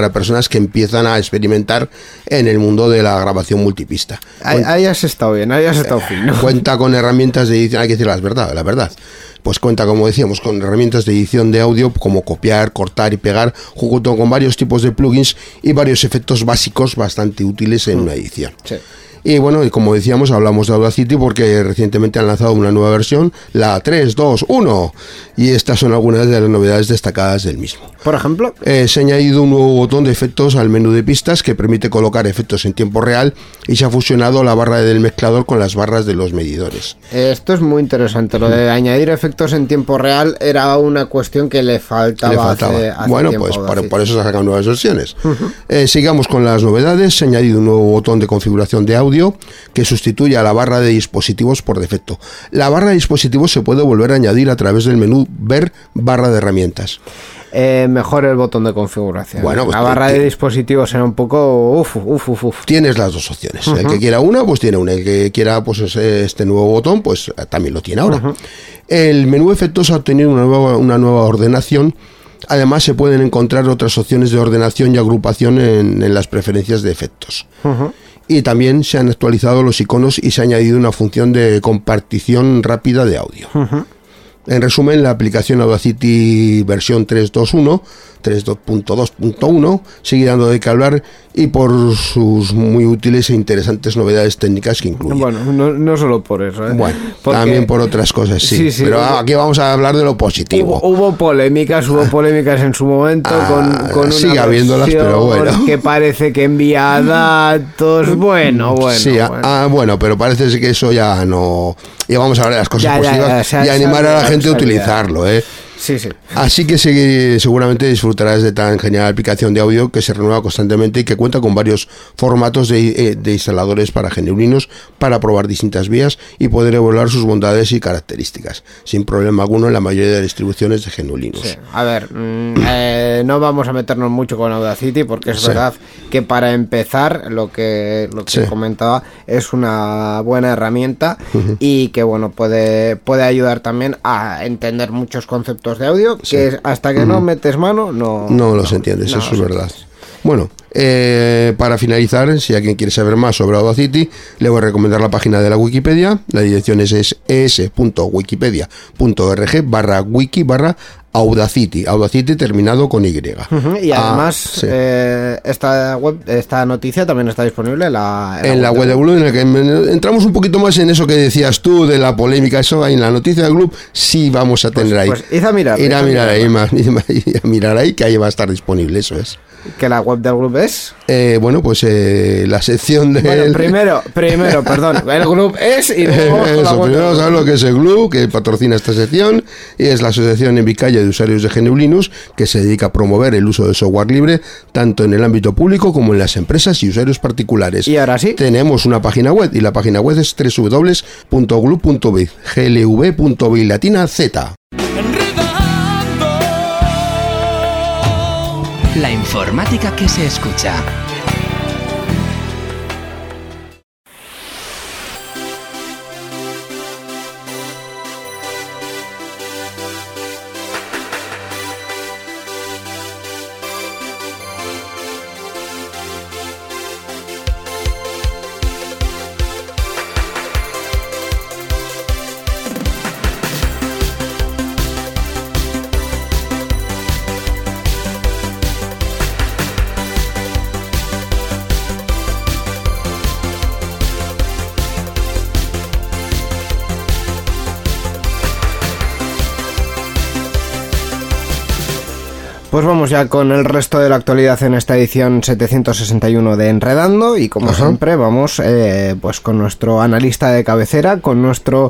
para personas que empiezan a experimentar en el mundo de la grabación multipista. Ahí has estado bien, ahí has estado fino. Cuenta con herramientas de edición, hay que decir la verdad. Pues cuenta, como decíamos, con herramientas de edición de audio como copiar, cortar y pegar, junto con varios tipos de plugins y varios efectos básicos bastante útiles en una edición. Sí. Y bueno, y como decíamos, hablamos de Audacity porque recientemente han lanzado una nueva versión, la 3.2.1, y estas son algunas de las novedades destacadas del mismo. Por ejemplo, se ha añadido un nuevo botón de efectos al menú de pistas que permite colocar efectos en tiempo real y se ha fusionado la barra del mezclador con las barras de los medidores. Esto es muy interesante, lo de añadir efectos en tiempo real era una cuestión que le faltaba. Hace bueno, tiempo, pues por eso se han sacado nuevas versiones. Sigamos con las novedades. Se ha añadido un nuevo botón de configuración de audio que sustituye a la barra de dispositivos por defecto. La barra de dispositivos se puede volver a añadir a través del menú Ver barra de herramientas. Mejor el botón de configuración. Bueno, pues la barra de dispositivos era un poco uf. Tienes las dos opciones. El que quiera una, pues tiene una. El que quiera pues este nuevo botón, pues también lo tiene ahora. El menú efectos ha obtenido una nueva ordenación. Además, se pueden encontrar otras opciones de ordenación y agrupación en las preferencias de efectos. Y también se han actualizado los iconos y se ha añadido una función de compartición rápida de audio. En resumen, la aplicación Audacity versión 3.2.1, 3.2.1, sigue dando de qué hablar y por sus muy útiles e interesantes novedades técnicas que incluye. Bueno, no solo por eso. Bueno, porque también por otras cosas, sí. Pero aquí vamos a hablar de lo positivo. Hubo polémicas en su momento con una sigue habiéndolas, pero bueno. Que parece que envía datos, bueno. Sí, bueno, pero parece que eso ya no... Y vamos a hablar de las cosas positivas y animar a la gente a utilizarlo, Sí. Así que seguramente disfrutarás de tan genial aplicación de audio que se renueva constantemente y que cuenta con varios formatos de instaladores para genuinos para probar distintas vías y poder evaluar sus bondades y características sin problema alguno en la mayoría de distribuciones de genuinos. Sí. A ver, no vamos a meternos mucho con Audacity porque es verdad que para empezar lo que comentaba es una buena herramienta y que bueno puede ayudar también a entender muchos conceptos de audio que hasta que no metes mano no los entiendes, eso es verdad. Bueno, para finalizar, si alguien quiere saber más sobre Audacity, le voy a recomendar la página de la Wikipedia. La dirección es es.wikipedia.org/wiki/Audacity. Audacity terminado con Y. Y además, esta noticia también está disponible en la web del Gloop, en la que entramos un poquito más en eso que decías tú de la polémica. Eso ahí en la noticia del Gloop sí vamos a tener ahí. Pues id a mirar. Ir a mirar ahí, que ahí va a estar disponible, eso es. ¿Que la web del Gloop es? La sección de... Bueno, primero, perdón, el Gloop es y luego... Eso, primero sabes lo que es el Gloop, que patrocina esta sección, y es la Asociación en Vizcaya de Usuarios de GNU Linux, que se dedica a promover el uso del software libre, tanto en el ámbito público como en las empresas y usuarios particulares. Y ahora sí. Tenemos una página web, y la página web es www.gloop.biz, glv.biz latina z. La informática que se escucha. Pues vamos ya con el resto de la actualidad en esta edición 761 de Enredando y como siempre vamos pues con nuestro analista de cabecera, con nuestro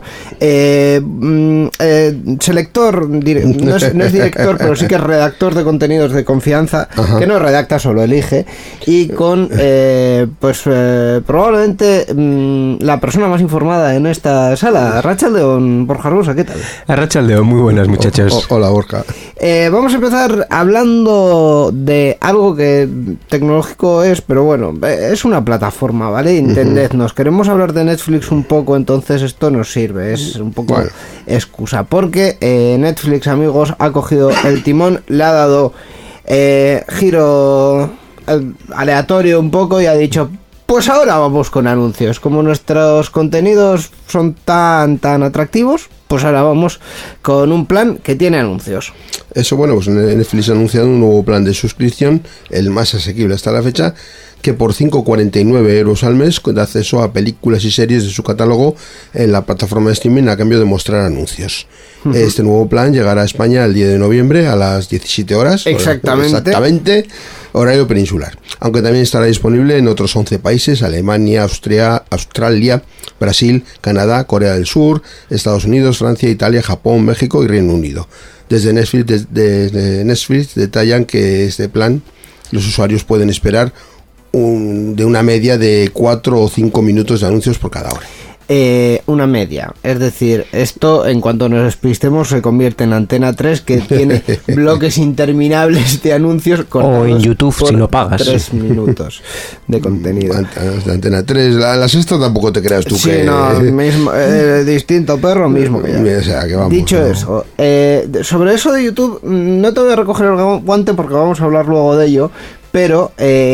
selector, no es director pero sí que es redactor de contenidos de confianza, que no redacta, solo elige, y con probablemente la persona más informada en esta sala, Arratsaldeon, Borja Arbusa, ¿qué tal? Arratsaldeon, muy buenas muchachos. Hola Borja. Vamos a empezar hablando de algo que tecnológico es, pero bueno, es una plataforma, ¿vale? Entendednos, queremos hablar de Netflix un poco, entonces esto nos sirve, es un poco excusa, porque Netflix, amigos, ha cogido el timón, le ha dado giro aleatorio un poco y ha dicho, pues ahora vamos con anuncios. Como nuestros contenidos son tan atractivos, pues ahora vamos con un plan que tiene anuncios. Eso, bueno, pues Netflix ha anunciado un nuevo plan de suscripción, el más asequible hasta la fecha, que por 5,49 euros al mes da acceso a películas y series de su catálogo en la plataforma de streaming a cambio de mostrar anuncios. Este nuevo plan llegará a España el 10 de noviembre a las 17 horas. Exactamente, horario peninsular. Aunque también estará disponible en otros 11 países: Alemania, Australia, Brasil, Canadá, Corea del Sur, Estados Unidos, Francia, Italia, Japón, México y Reino Unido. Desde Netflix detallan que este plan los usuarios pueden esperar de una media de 4 o 5 minutos de anuncios por cada hora. Una media, es decir, esto en cuanto nos despistemos se convierte en Antena 3, que tiene bloques interminables de anuncios o en YouTube si no pagas 3 minutos de contenido. Antena 3, la sexta tampoco te creas tú, sí, que no, mismo, distinto perro mismo que ya. O sea, que vamos, dicho eso, sobre eso de YouTube no te voy a recoger el guante porque vamos a hablar luego de ello, pero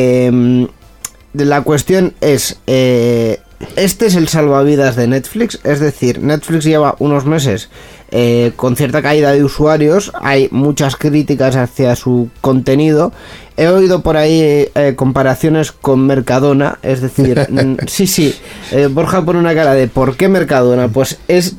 la cuestión es, este es el salvavidas de Netflix, es decir, Netflix lleva unos meses con cierta caída de usuarios, hay muchas críticas hacia su contenido. He oído por ahí comparaciones con Mercadona, es decir, sí, Borja pone una cara de ¿por qué Mercadona? Pues es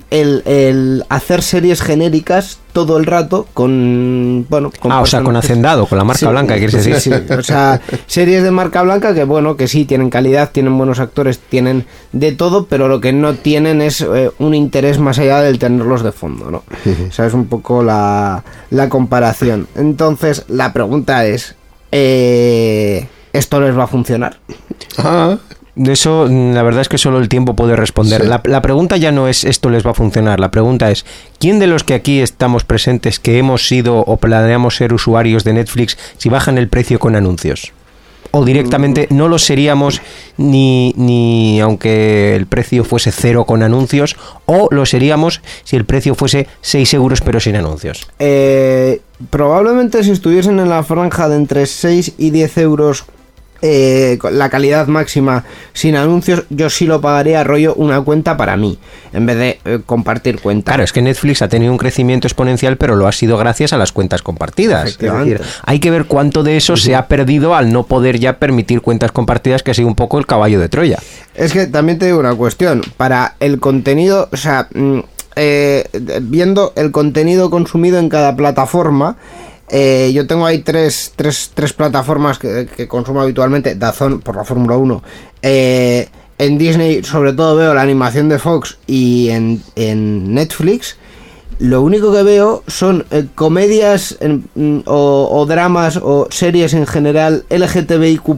el hacer series genéricas todo el rato con o sea, con Hacendado, con la marca blanca, ¿quieres decir? Sí, o sea, series de marca blanca que sí, tienen calidad, tienen buenos actores, tienen de todo, pero lo que no tienen es un interés más allá del tenerlos de fondo, ¿no? O sea, es un poco la comparación. Entonces, la pregunta es, ¿esto les va a funcionar? De eso, la verdad es que solo el tiempo puede responder. Sí. La pregunta ya no es esto les va a funcionar. La pregunta es, ¿quién de los que aquí estamos presentes que hemos sido o planeamos ser usuarios de Netflix, si bajan el precio con anuncios? O directamente no lo seríamos ni aunque el precio fuese 0 con anuncios, o lo seríamos si el precio fuese 6 euros pero sin anuncios. Probablemente si estuviesen en la franja de entre 6 y 10 euros la calidad máxima sin anuncios, yo sí lo pagaría rollo una cuenta para mí en vez de compartir cuenta. Claro, es que Netflix ha tenido un crecimiento exponencial, pero lo ha sido gracias a las cuentas compartidas. Es decir, hay que ver cuánto de eso se ha perdido al no poder ya permitir cuentas compartidas, que ha sido un poco el caballo de Troya. Es que también te digo una cuestión, para el contenido, o sea, viendo el contenido consumido en cada plataforma, yo tengo ahí tres plataformas que consumo habitualmente. DAZN por la Fórmula 1, en Disney sobre todo veo la animación de Fox, y en Netflix lo único que veo son comedias o dramas o series en general LGTBIQ+,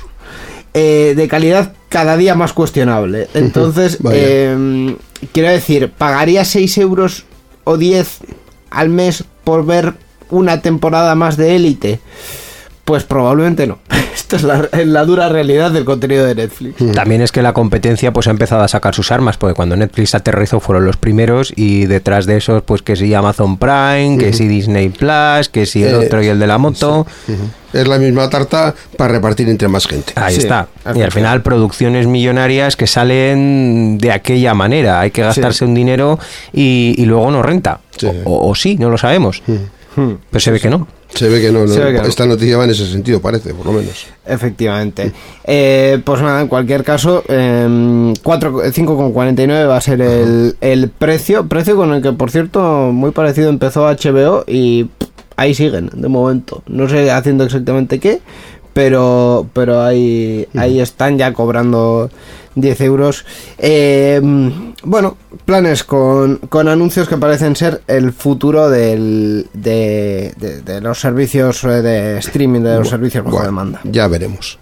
de calidad cada día más cuestionable. Entonces quiero decir, ¿pagaría 6 euros o 10 al mes por ver una temporada más de Élite? Pues probablemente no. Esto es la dura realidad del contenido de Netflix. También es que la competencia pues ha empezado a sacar sus armas, porque cuando Netflix aterrizó fueron los primeros, y detrás de esos pues que si Amazon Prime, que si Disney Plus, que si el otro y el de la moto. Es la misma tarta para repartir entre más gente. Ahí está. Y al final producciones millonarias que salen de aquella manera. Hay que gastarse un dinero y luego no renta. O sí, no lo sabemos. Pero se ve que no. Se ve que no. Esta noticia va en ese sentido, parece, por lo menos. Efectivamente. Pues nada, en cualquier caso, 5,49 va a ser el precio con el que, por cierto, muy parecido empezó HBO, y ahí siguen, de momento. No sé haciendo exactamente qué, pero ahí están ya cobrando 10 euros. Bueno, planes con anuncios que parecen ser el futuro de los servicios de streaming, de los servicios bajo demanda. Ya veremos.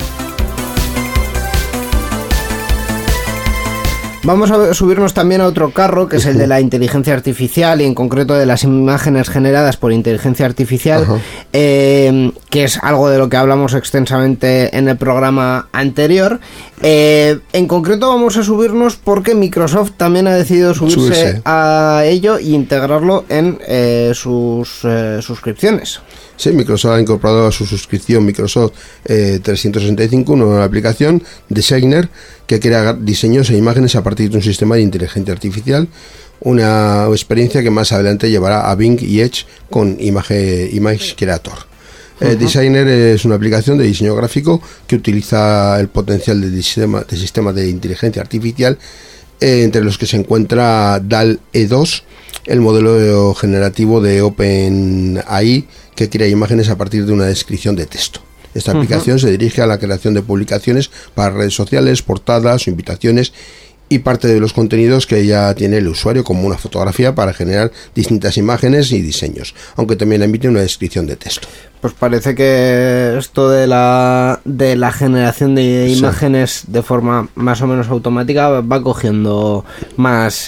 Vamos a subirnos también a otro carro, que es el de la inteligencia artificial, y en concreto de las imágenes generadas por inteligencia artificial, que es algo de lo que hablamos extensamente en el programa anterior. En concreto vamos a subirnos porque Microsoft también ha decidido subirse a ello e integrarlo en sus suscripciones. Sí, Microsoft ha incorporado a su suscripción Microsoft 365 una nueva aplicación, Designer, que crea diseños e imágenes a partir de un sistema de inteligencia artificial, una experiencia que más adelante llevará a Bing y Edge con Image Creator. Designer es una aplicación de diseño gráfico que utiliza el potencial del sistema de inteligencia artificial, entre los que se encuentra DALL-E 2, el modelo generativo de OpenAI que crea imágenes a partir de una descripción de texto. Esta aplicación se dirige a la creación de publicaciones para redes sociales, portadas o invitaciones y parte de los contenidos que ya tiene el usuario, como una fotografía, para generar distintas imágenes y diseños, aunque también emite una descripción de texto. Pues parece que esto de la generación de imágenes de forma más o menos automática va cogiendo más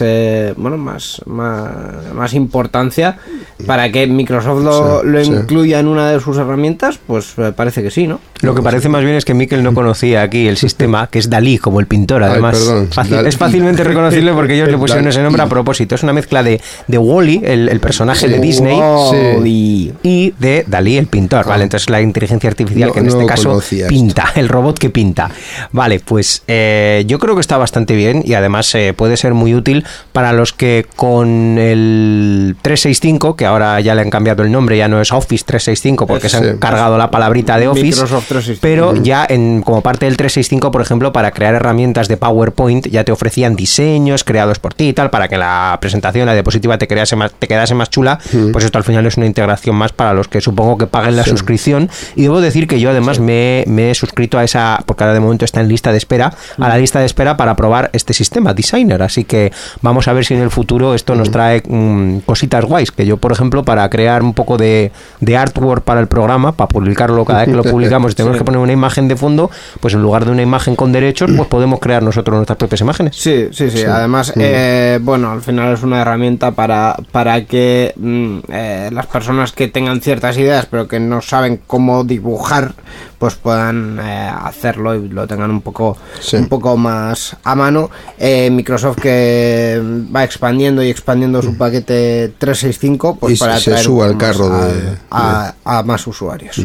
importancia. Para que Microsoft lo incluya en una de sus herramientas, pues parece que sí, ¿no? Lo que parece más bien es que Mikel no conocía aquí el sistema, que es Dalí, como el pintor, además. Es fácilmente reconocible porque ellos le pusieron ese nombre a propósito. Es una mezcla de Wall-E, el personaje de Disney, y de Dalí, el pintor. Vale, entonces la inteligencia artificial que en este caso pinta, el robot que pinta. Vale, pues yo creo que está bastante bien y además puede ser muy útil para los que con el 365, que ahora ya le han cambiado el nombre, ya no es Office 365 porque se han cargado la palabrita de Office, Microsoft 365. Pero ya como parte del 365, por ejemplo, para crear herramientas de PowerPoint ya te ofrecían diseños creados por ti y tal, para que la presentación, la diapositiva te quedase más chula. Pues esto al final es una integración más para los que supongo que paguen la suscripción. Y debo decir que yo además me he suscrito a esa, porque ahora de momento está en lista de espera, a la lista de espera para probar este sistema Designer, así que vamos a ver si en el futuro esto nos trae cositas guays, que yo por ejemplo para crear un poco de artwork para el programa, para publicarlo cada vez que lo publicamos, tenemos que poner una imagen de fondo, pues en lugar de una imagen con derechos, pues podemos crear nosotros nuestras propias imágenes. Sí. Además, bueno, al final es una herramienta para que las personas que tengan ciertas ideas pero que no saben cómo dibujar, pues puedan hacerlo y lo tengan un poco más a mano. Microsoft que va expandiendo su paquete 365, pues para se suba al carro a más usuarios.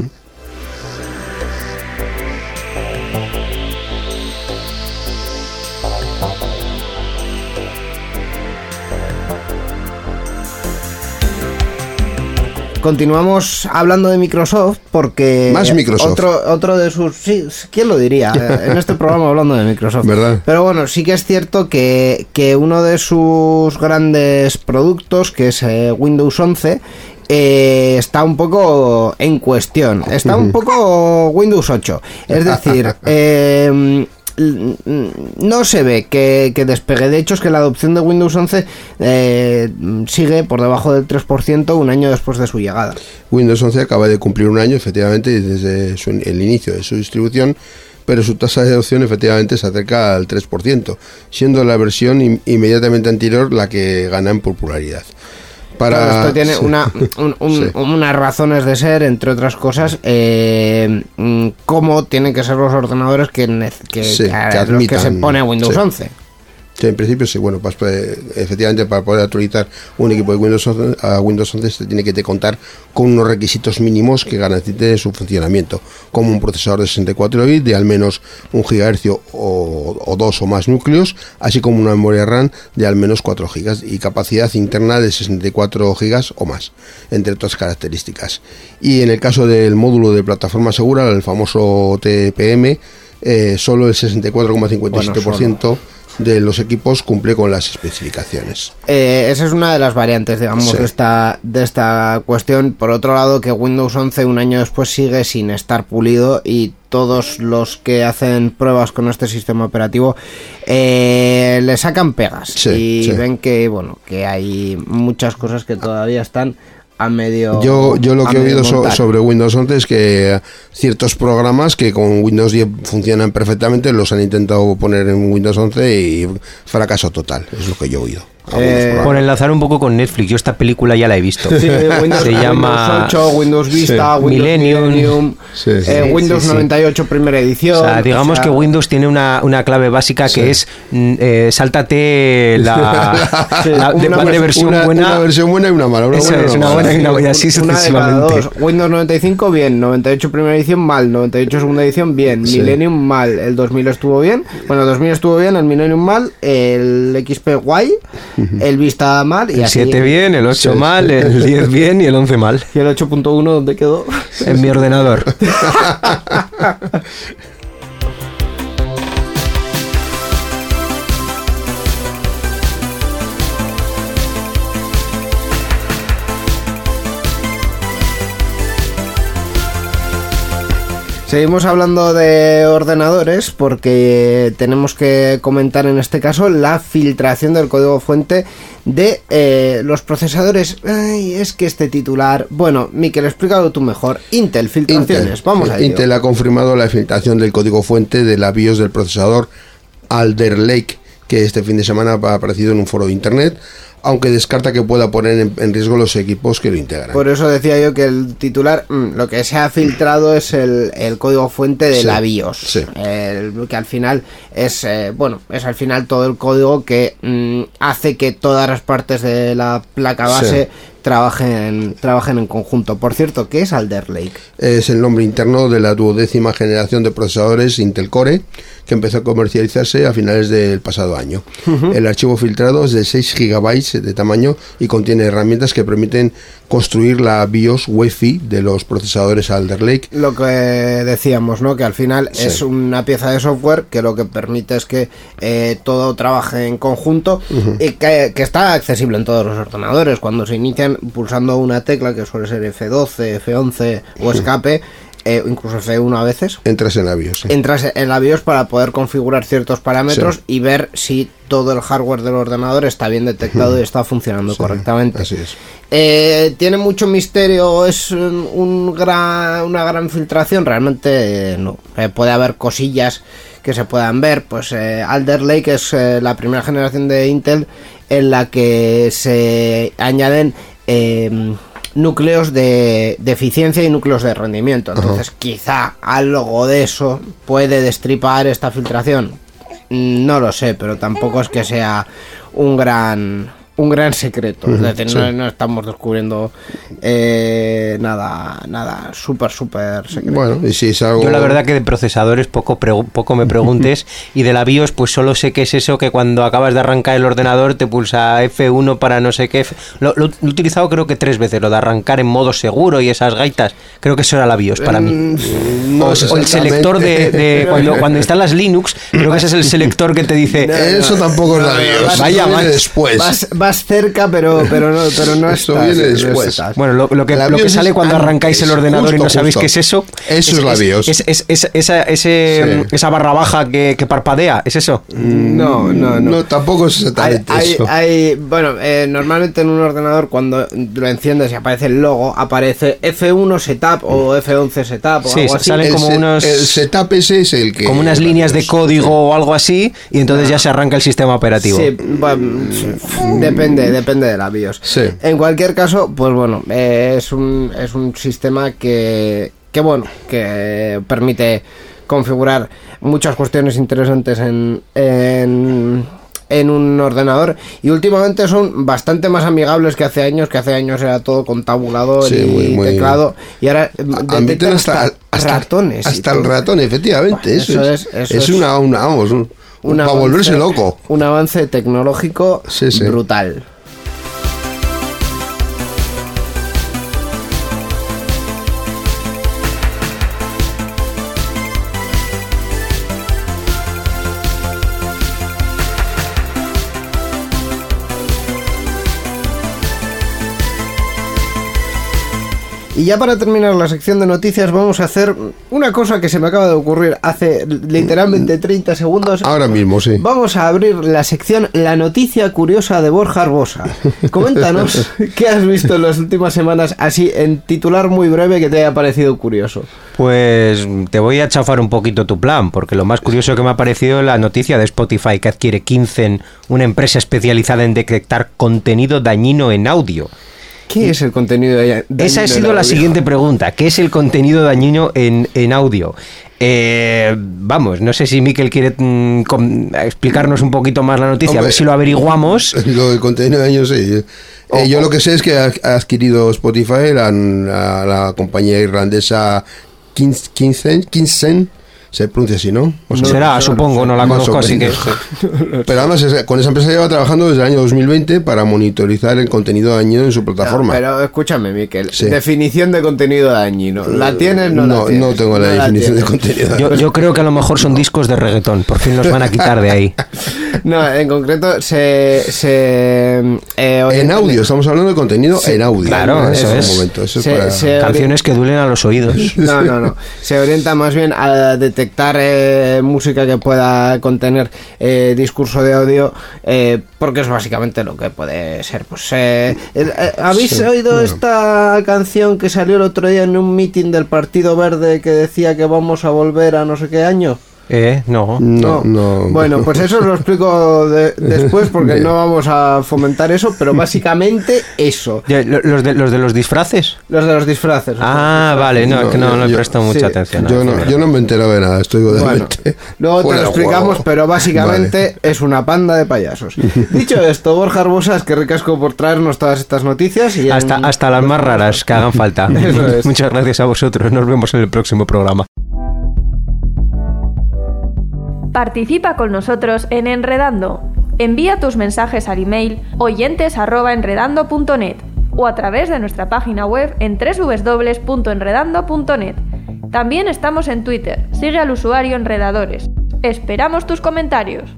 Continuamos hablando de Microsoft porque más Microsoft. Otro de sus... Sí, ¿quién lo diría? En este programa hablando de Microsoft. ¿Verdad? Pero bueno, sí que es cierto que uno de sus grandes productos, que es Windows 11, está un poco en cuestión. Está un poco Windows 8. Es decir... no se ve que despegue. De hecho, es que la adopción de Windows 11 sigue por debajo del 3% un año después de su llegada. Windows 11 acaba de cumplir un año, efectivamente, desde el inicio de su distribución, pero su tasa de adopción efectivamente se acerca al 3%, siendo la versión inmediatamente anterior la que gana en popularidad. Esto tiene unas razones de ser, entre otras cosas, cómo tienen que ser los ordenadores que admitan, los que se pone Windows 11. Sí, en principio sí, bueno, pues, efectivamente para poder actualizar un equipo de Windows 11 a Windows 11 se tiene que contar con unos requisitos mínimos que garanticen su funcionamiento, como un procesador de 64 bits de al menos 1 GHz o 2 o más núcleos, así como una memoria RAM de al menos 4 GB y capacidad interna de 64 GB o más, entre otras características. Y en el caso del módulo de plataforma segura, el famoso TPM, solo el 64,57% de los equipos cumple con las especificaciones. Esa es una de las variantes, digamos, de esta cuestión. Por otro lado, que Windows 11 un año después sigue sin estar pulido y todos los que hacen pruebas con este sistema operativo le sacan pegas y ven que, bueno, que hay muchas cosas que todavía están a medio... Yo lo que he oído sobre Windows 11 es que ciertos programas que con Windows 10 funcionan perfectamente los han intentado poner en Windows 11 y fracaso total, es lo que yo he oído. Por enlazar un poco con Netflix, yo esta película ya la he visto. Sí, Windows, se llama Windows 8, Windows Vista, sí. Windows Millennium. Windows 98 primera edición. O sea, digamos que Windows tiene una clave básica que es sáltate de versión buena. Una versión buena y una mala. Una buena y una mala, así sucesivamente. Windows 95 bien, 98 primera edición mal, 98 segunda edición bien, Millennium mal, el 2000 estuvo bien, bueno, el 2000 estuvo bien, el Millennium mal, el XP guay, el Vista mal, y el así, 7 bien, el 8 mal, el 10 bien y el 11 mal. ¿Y el 8.1 dónde quedó? En mi ordenador. Seguimos hablando de ordenadores porque tenemos que comentar en este caso la filtración del código fuente de los procesadores. Ay, es que este titular... Bueno, Miquel, explícalo tú mejor. Intel, filtraciones, vamos a ello. Intel ha confirmado la filtración del código fuente de la BIOS del procesador Alder Lake, que este fin de semana ha aparecido en un foro de internet, aunque descarta que pueda poner en riesgo los equipos que lo integran. Por eso decía yo que el titular, lo que se ha filtrado es el código fuente de la BIOS, que al final es es al final todo el código que hace que todas las partes de la placa base trabajen en conjunto. Por cierto, ¿qué es Alder Lake? Es el nombre interno de la 12ª generación de procesadores Intel Core, que empezó a comercializarse a finales del pasado año. El archivo filtrado es de 6 GB de tamaño y contiene herramientas que permiten construir la BIOS Wi-Fi de los procesadores Alder Lake. Lo que decíamos, ¿no? Que al final es una pieza de software que lo que permite es que todo trabaje en conjunto y que está accesible en todos los ordenadores. Cuando se inician pulsando una tecla, que suele ser F12, F11 o escape, incluso F1 a veces, entras en la BIOS. Entras en la BIOS para poder configurar ciertos parámetros y ver si todo el hardware del ordenador está bien detectado y está funcionando correctamente. Así es. ¿Tiene mucho misterio? ¿Es una gran filtración? Realmente no. Puede haber cosillas que se puedan ver. Pues Alder Lake es la primera generación de Intel en la que se añaden núcleos de eficiencia y núcleos de rendimiento. Entonces quizá algo de eso puede destripar esta filtración. No lo sé, pero tampoco es que sea un gran secreto. Es decir, no estamos descubriendo nada súper secreto. Bueno, y si es algo... Yo la verdad que de procesadores poco me preguntes, y de la BIOS pues solo sé que es eso, que cuando acabas de arrancar el ordenador te pulsa F1 para no sé qué. Lo he utilizado creo que 3 veces, lo de arrancar en modo seguro y esas gaitas. Creo que eso era la BIOS para mí. O el selector de cuando instalas Linux, creo que ese es el selector que te dice... Eso tampoco es la BIOS. Vaya, después. Vas cerca, pero no eso viene después. Bueno, lo que sale cuando arrancáis el ordenador y no sabéis qué es eso. Eso es la BIOS. Esa barra baja que parpadea, ¿es eso? No, tampoco es exactamente eso. Normalmente en un ordenador cuando lo enciendes y aparece el logo, aparece F1 Setup o F11 Setup o algo así. Salen como unos... El setup ese es el que... Como unas líneas de código o algo así, y entonces ya se arranca el sistema operativo. Sí, depende de la BIOS. Sí. En cualquier caso, pues bueno, es un sistema que permite configurar muchas cuestiones interesantes en un ordenador, y últimamente son bastante más amigables que hace años. Era todo con tabulador y teclado, y ahora detectan hasta ratones. Hasta el ratón, efectivamente. Bueno, eso es para volverse loco. Un avance tecnológico brutal. Y ya para terminar la sección de noticias vamos a hacer una cosa que se me acaba de ocurrir hace literalmente 30 segundos. Ahora mismo, sí. Vamos a abrir la sección La noticia curiosa de Borja Arbosa. Coméntanos qué has visto en las últimas semanas, así en titular muy breve, que te haya parecido curioso. Pues te voy a chafar un poquito tu plan, porque lo más curioso que me ha parecido la noticia de Spotify que adquiere Kinzen, una empresa especializada en detectar contenido dañino en audio. ¿Qué es el contenido dañino? Esa ha sido la siguiente pregunta. ¿Qué es el contenido dañino en audio? Vamos, no sé si Mikel quiere explicarnos un poquito más la noticia. Hombre, a ver si lo averiguamos. Lo del contenido dañino, sí. Yo lo que sé es que ha adquirido Spotify la compañía irlandesa Kinzen. Se pronuncia así, ¿no? Será, supongo, no la conozco, así que... Pero además, con esa empresa lleva trabajando desde el año 2020 para monitorizar el contenido dañino en su plataforma. Pero escúchame, Mikel, definición de contenido daño. ¿La tienes? No tengo la definición de contenido dañino. Yo creo que a lo mejor son discos de reggaetón, por fin los van a quitar de ahí. No, en concreto en audio, estamos hablando de contenido en audio. Claro, eso es. Canciones que duelen a los oídos. No. Se orienta más bien a detectar música que pueda contener discurso de odio, porque es básicamente lo que puede ser. Pues ¿habéis oído esta canción que salió el otro día en un meeting del Partido Verde que decía que vamos a volver a no sé qué año? No. Bueno, pues eso os lo explico después, porque no vamos a fomentar eso, pero básicamente eso. ¿Los de los disfraces? Los de los disfraces. Vale, no he prestado mucha atención. Yo no me he enterado de nada, estoy totalmente. Luego te lo explicamos, pero básicamente es una panda de payasos. Dicho esto, Borja Arbosa, es que ricasco por traernos todas estas noticias. Y hasta las más raras que hagan falta. Muchas gracias a vosotros, nos vemos en el próximo programa. Participa con nosotros en Enredando. Envía tus mensajes al email oyentes@enredando.net o a través de nuestra página web en www.enredando.net. También estamos en Twitter. Sigue al usuario Enredadores. Esperamos tus comentarios.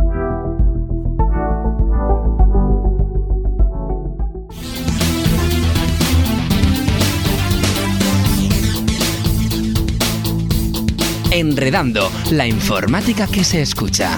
Enredando, la informática que se escucha.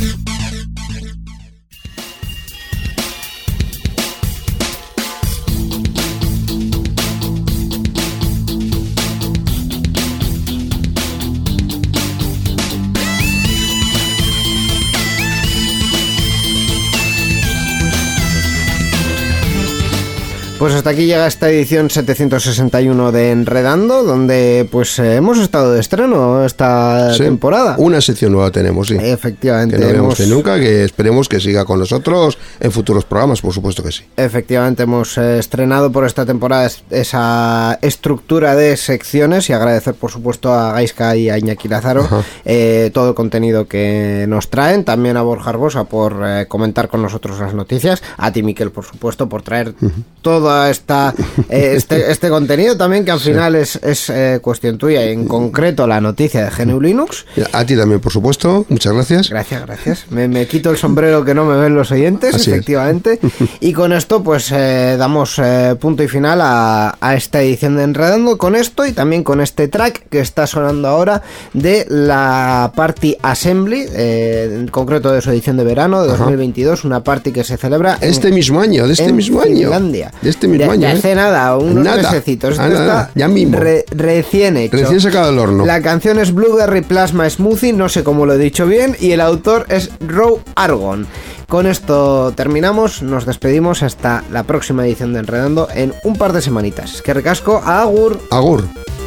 Pues hasta aquí llega esta edición 761 de Enredando, donde pues hemos estado de estreno esta temporada. Una sección nueva tenemos, sí. Efectivamente. Que no veremos de nunca, que esperemos que siga con nosotros en futuros programas, por supuesto que sí. Efectivamente, hemos estrenado por esta temporada esa estructura de secciones y agradecer, por supuesto, a Gaizka y a Iñaki Lázaro todo el contenido que nos traen. También a Borja Arbosa por comentar con nosotros las noticias. A ti, Miquel, por supuesto, por traer todo este contenido también, que al final es cuestión tuya, y en concreto la noticia de GNU Linux. A ti también, por supuesto, muchas gracias. Gracias. Me quito el sombrero que no me ven los oyentes. Así efectivamente. Y con esto pues damos punto y final a esta edición de Enredando, con esto y también con este track que está sonando ahora de la Party Assembly, en concreto de su edición de verano de 2022, una party que se celebra mismo año, Finlandia. Este mismo año. Hace unos mesecitos. Ya mismo. Recién hecho. Recién sacado del horno. La canción es Blueberry Plasma Smoothie, no sé cómo lo he dicho bien, y el autor es Row Argon. Con esto terminamos, nos despedimos hasta la próxima edición de Enredando en un par de semanitas. Que ricasco, agur. Agur.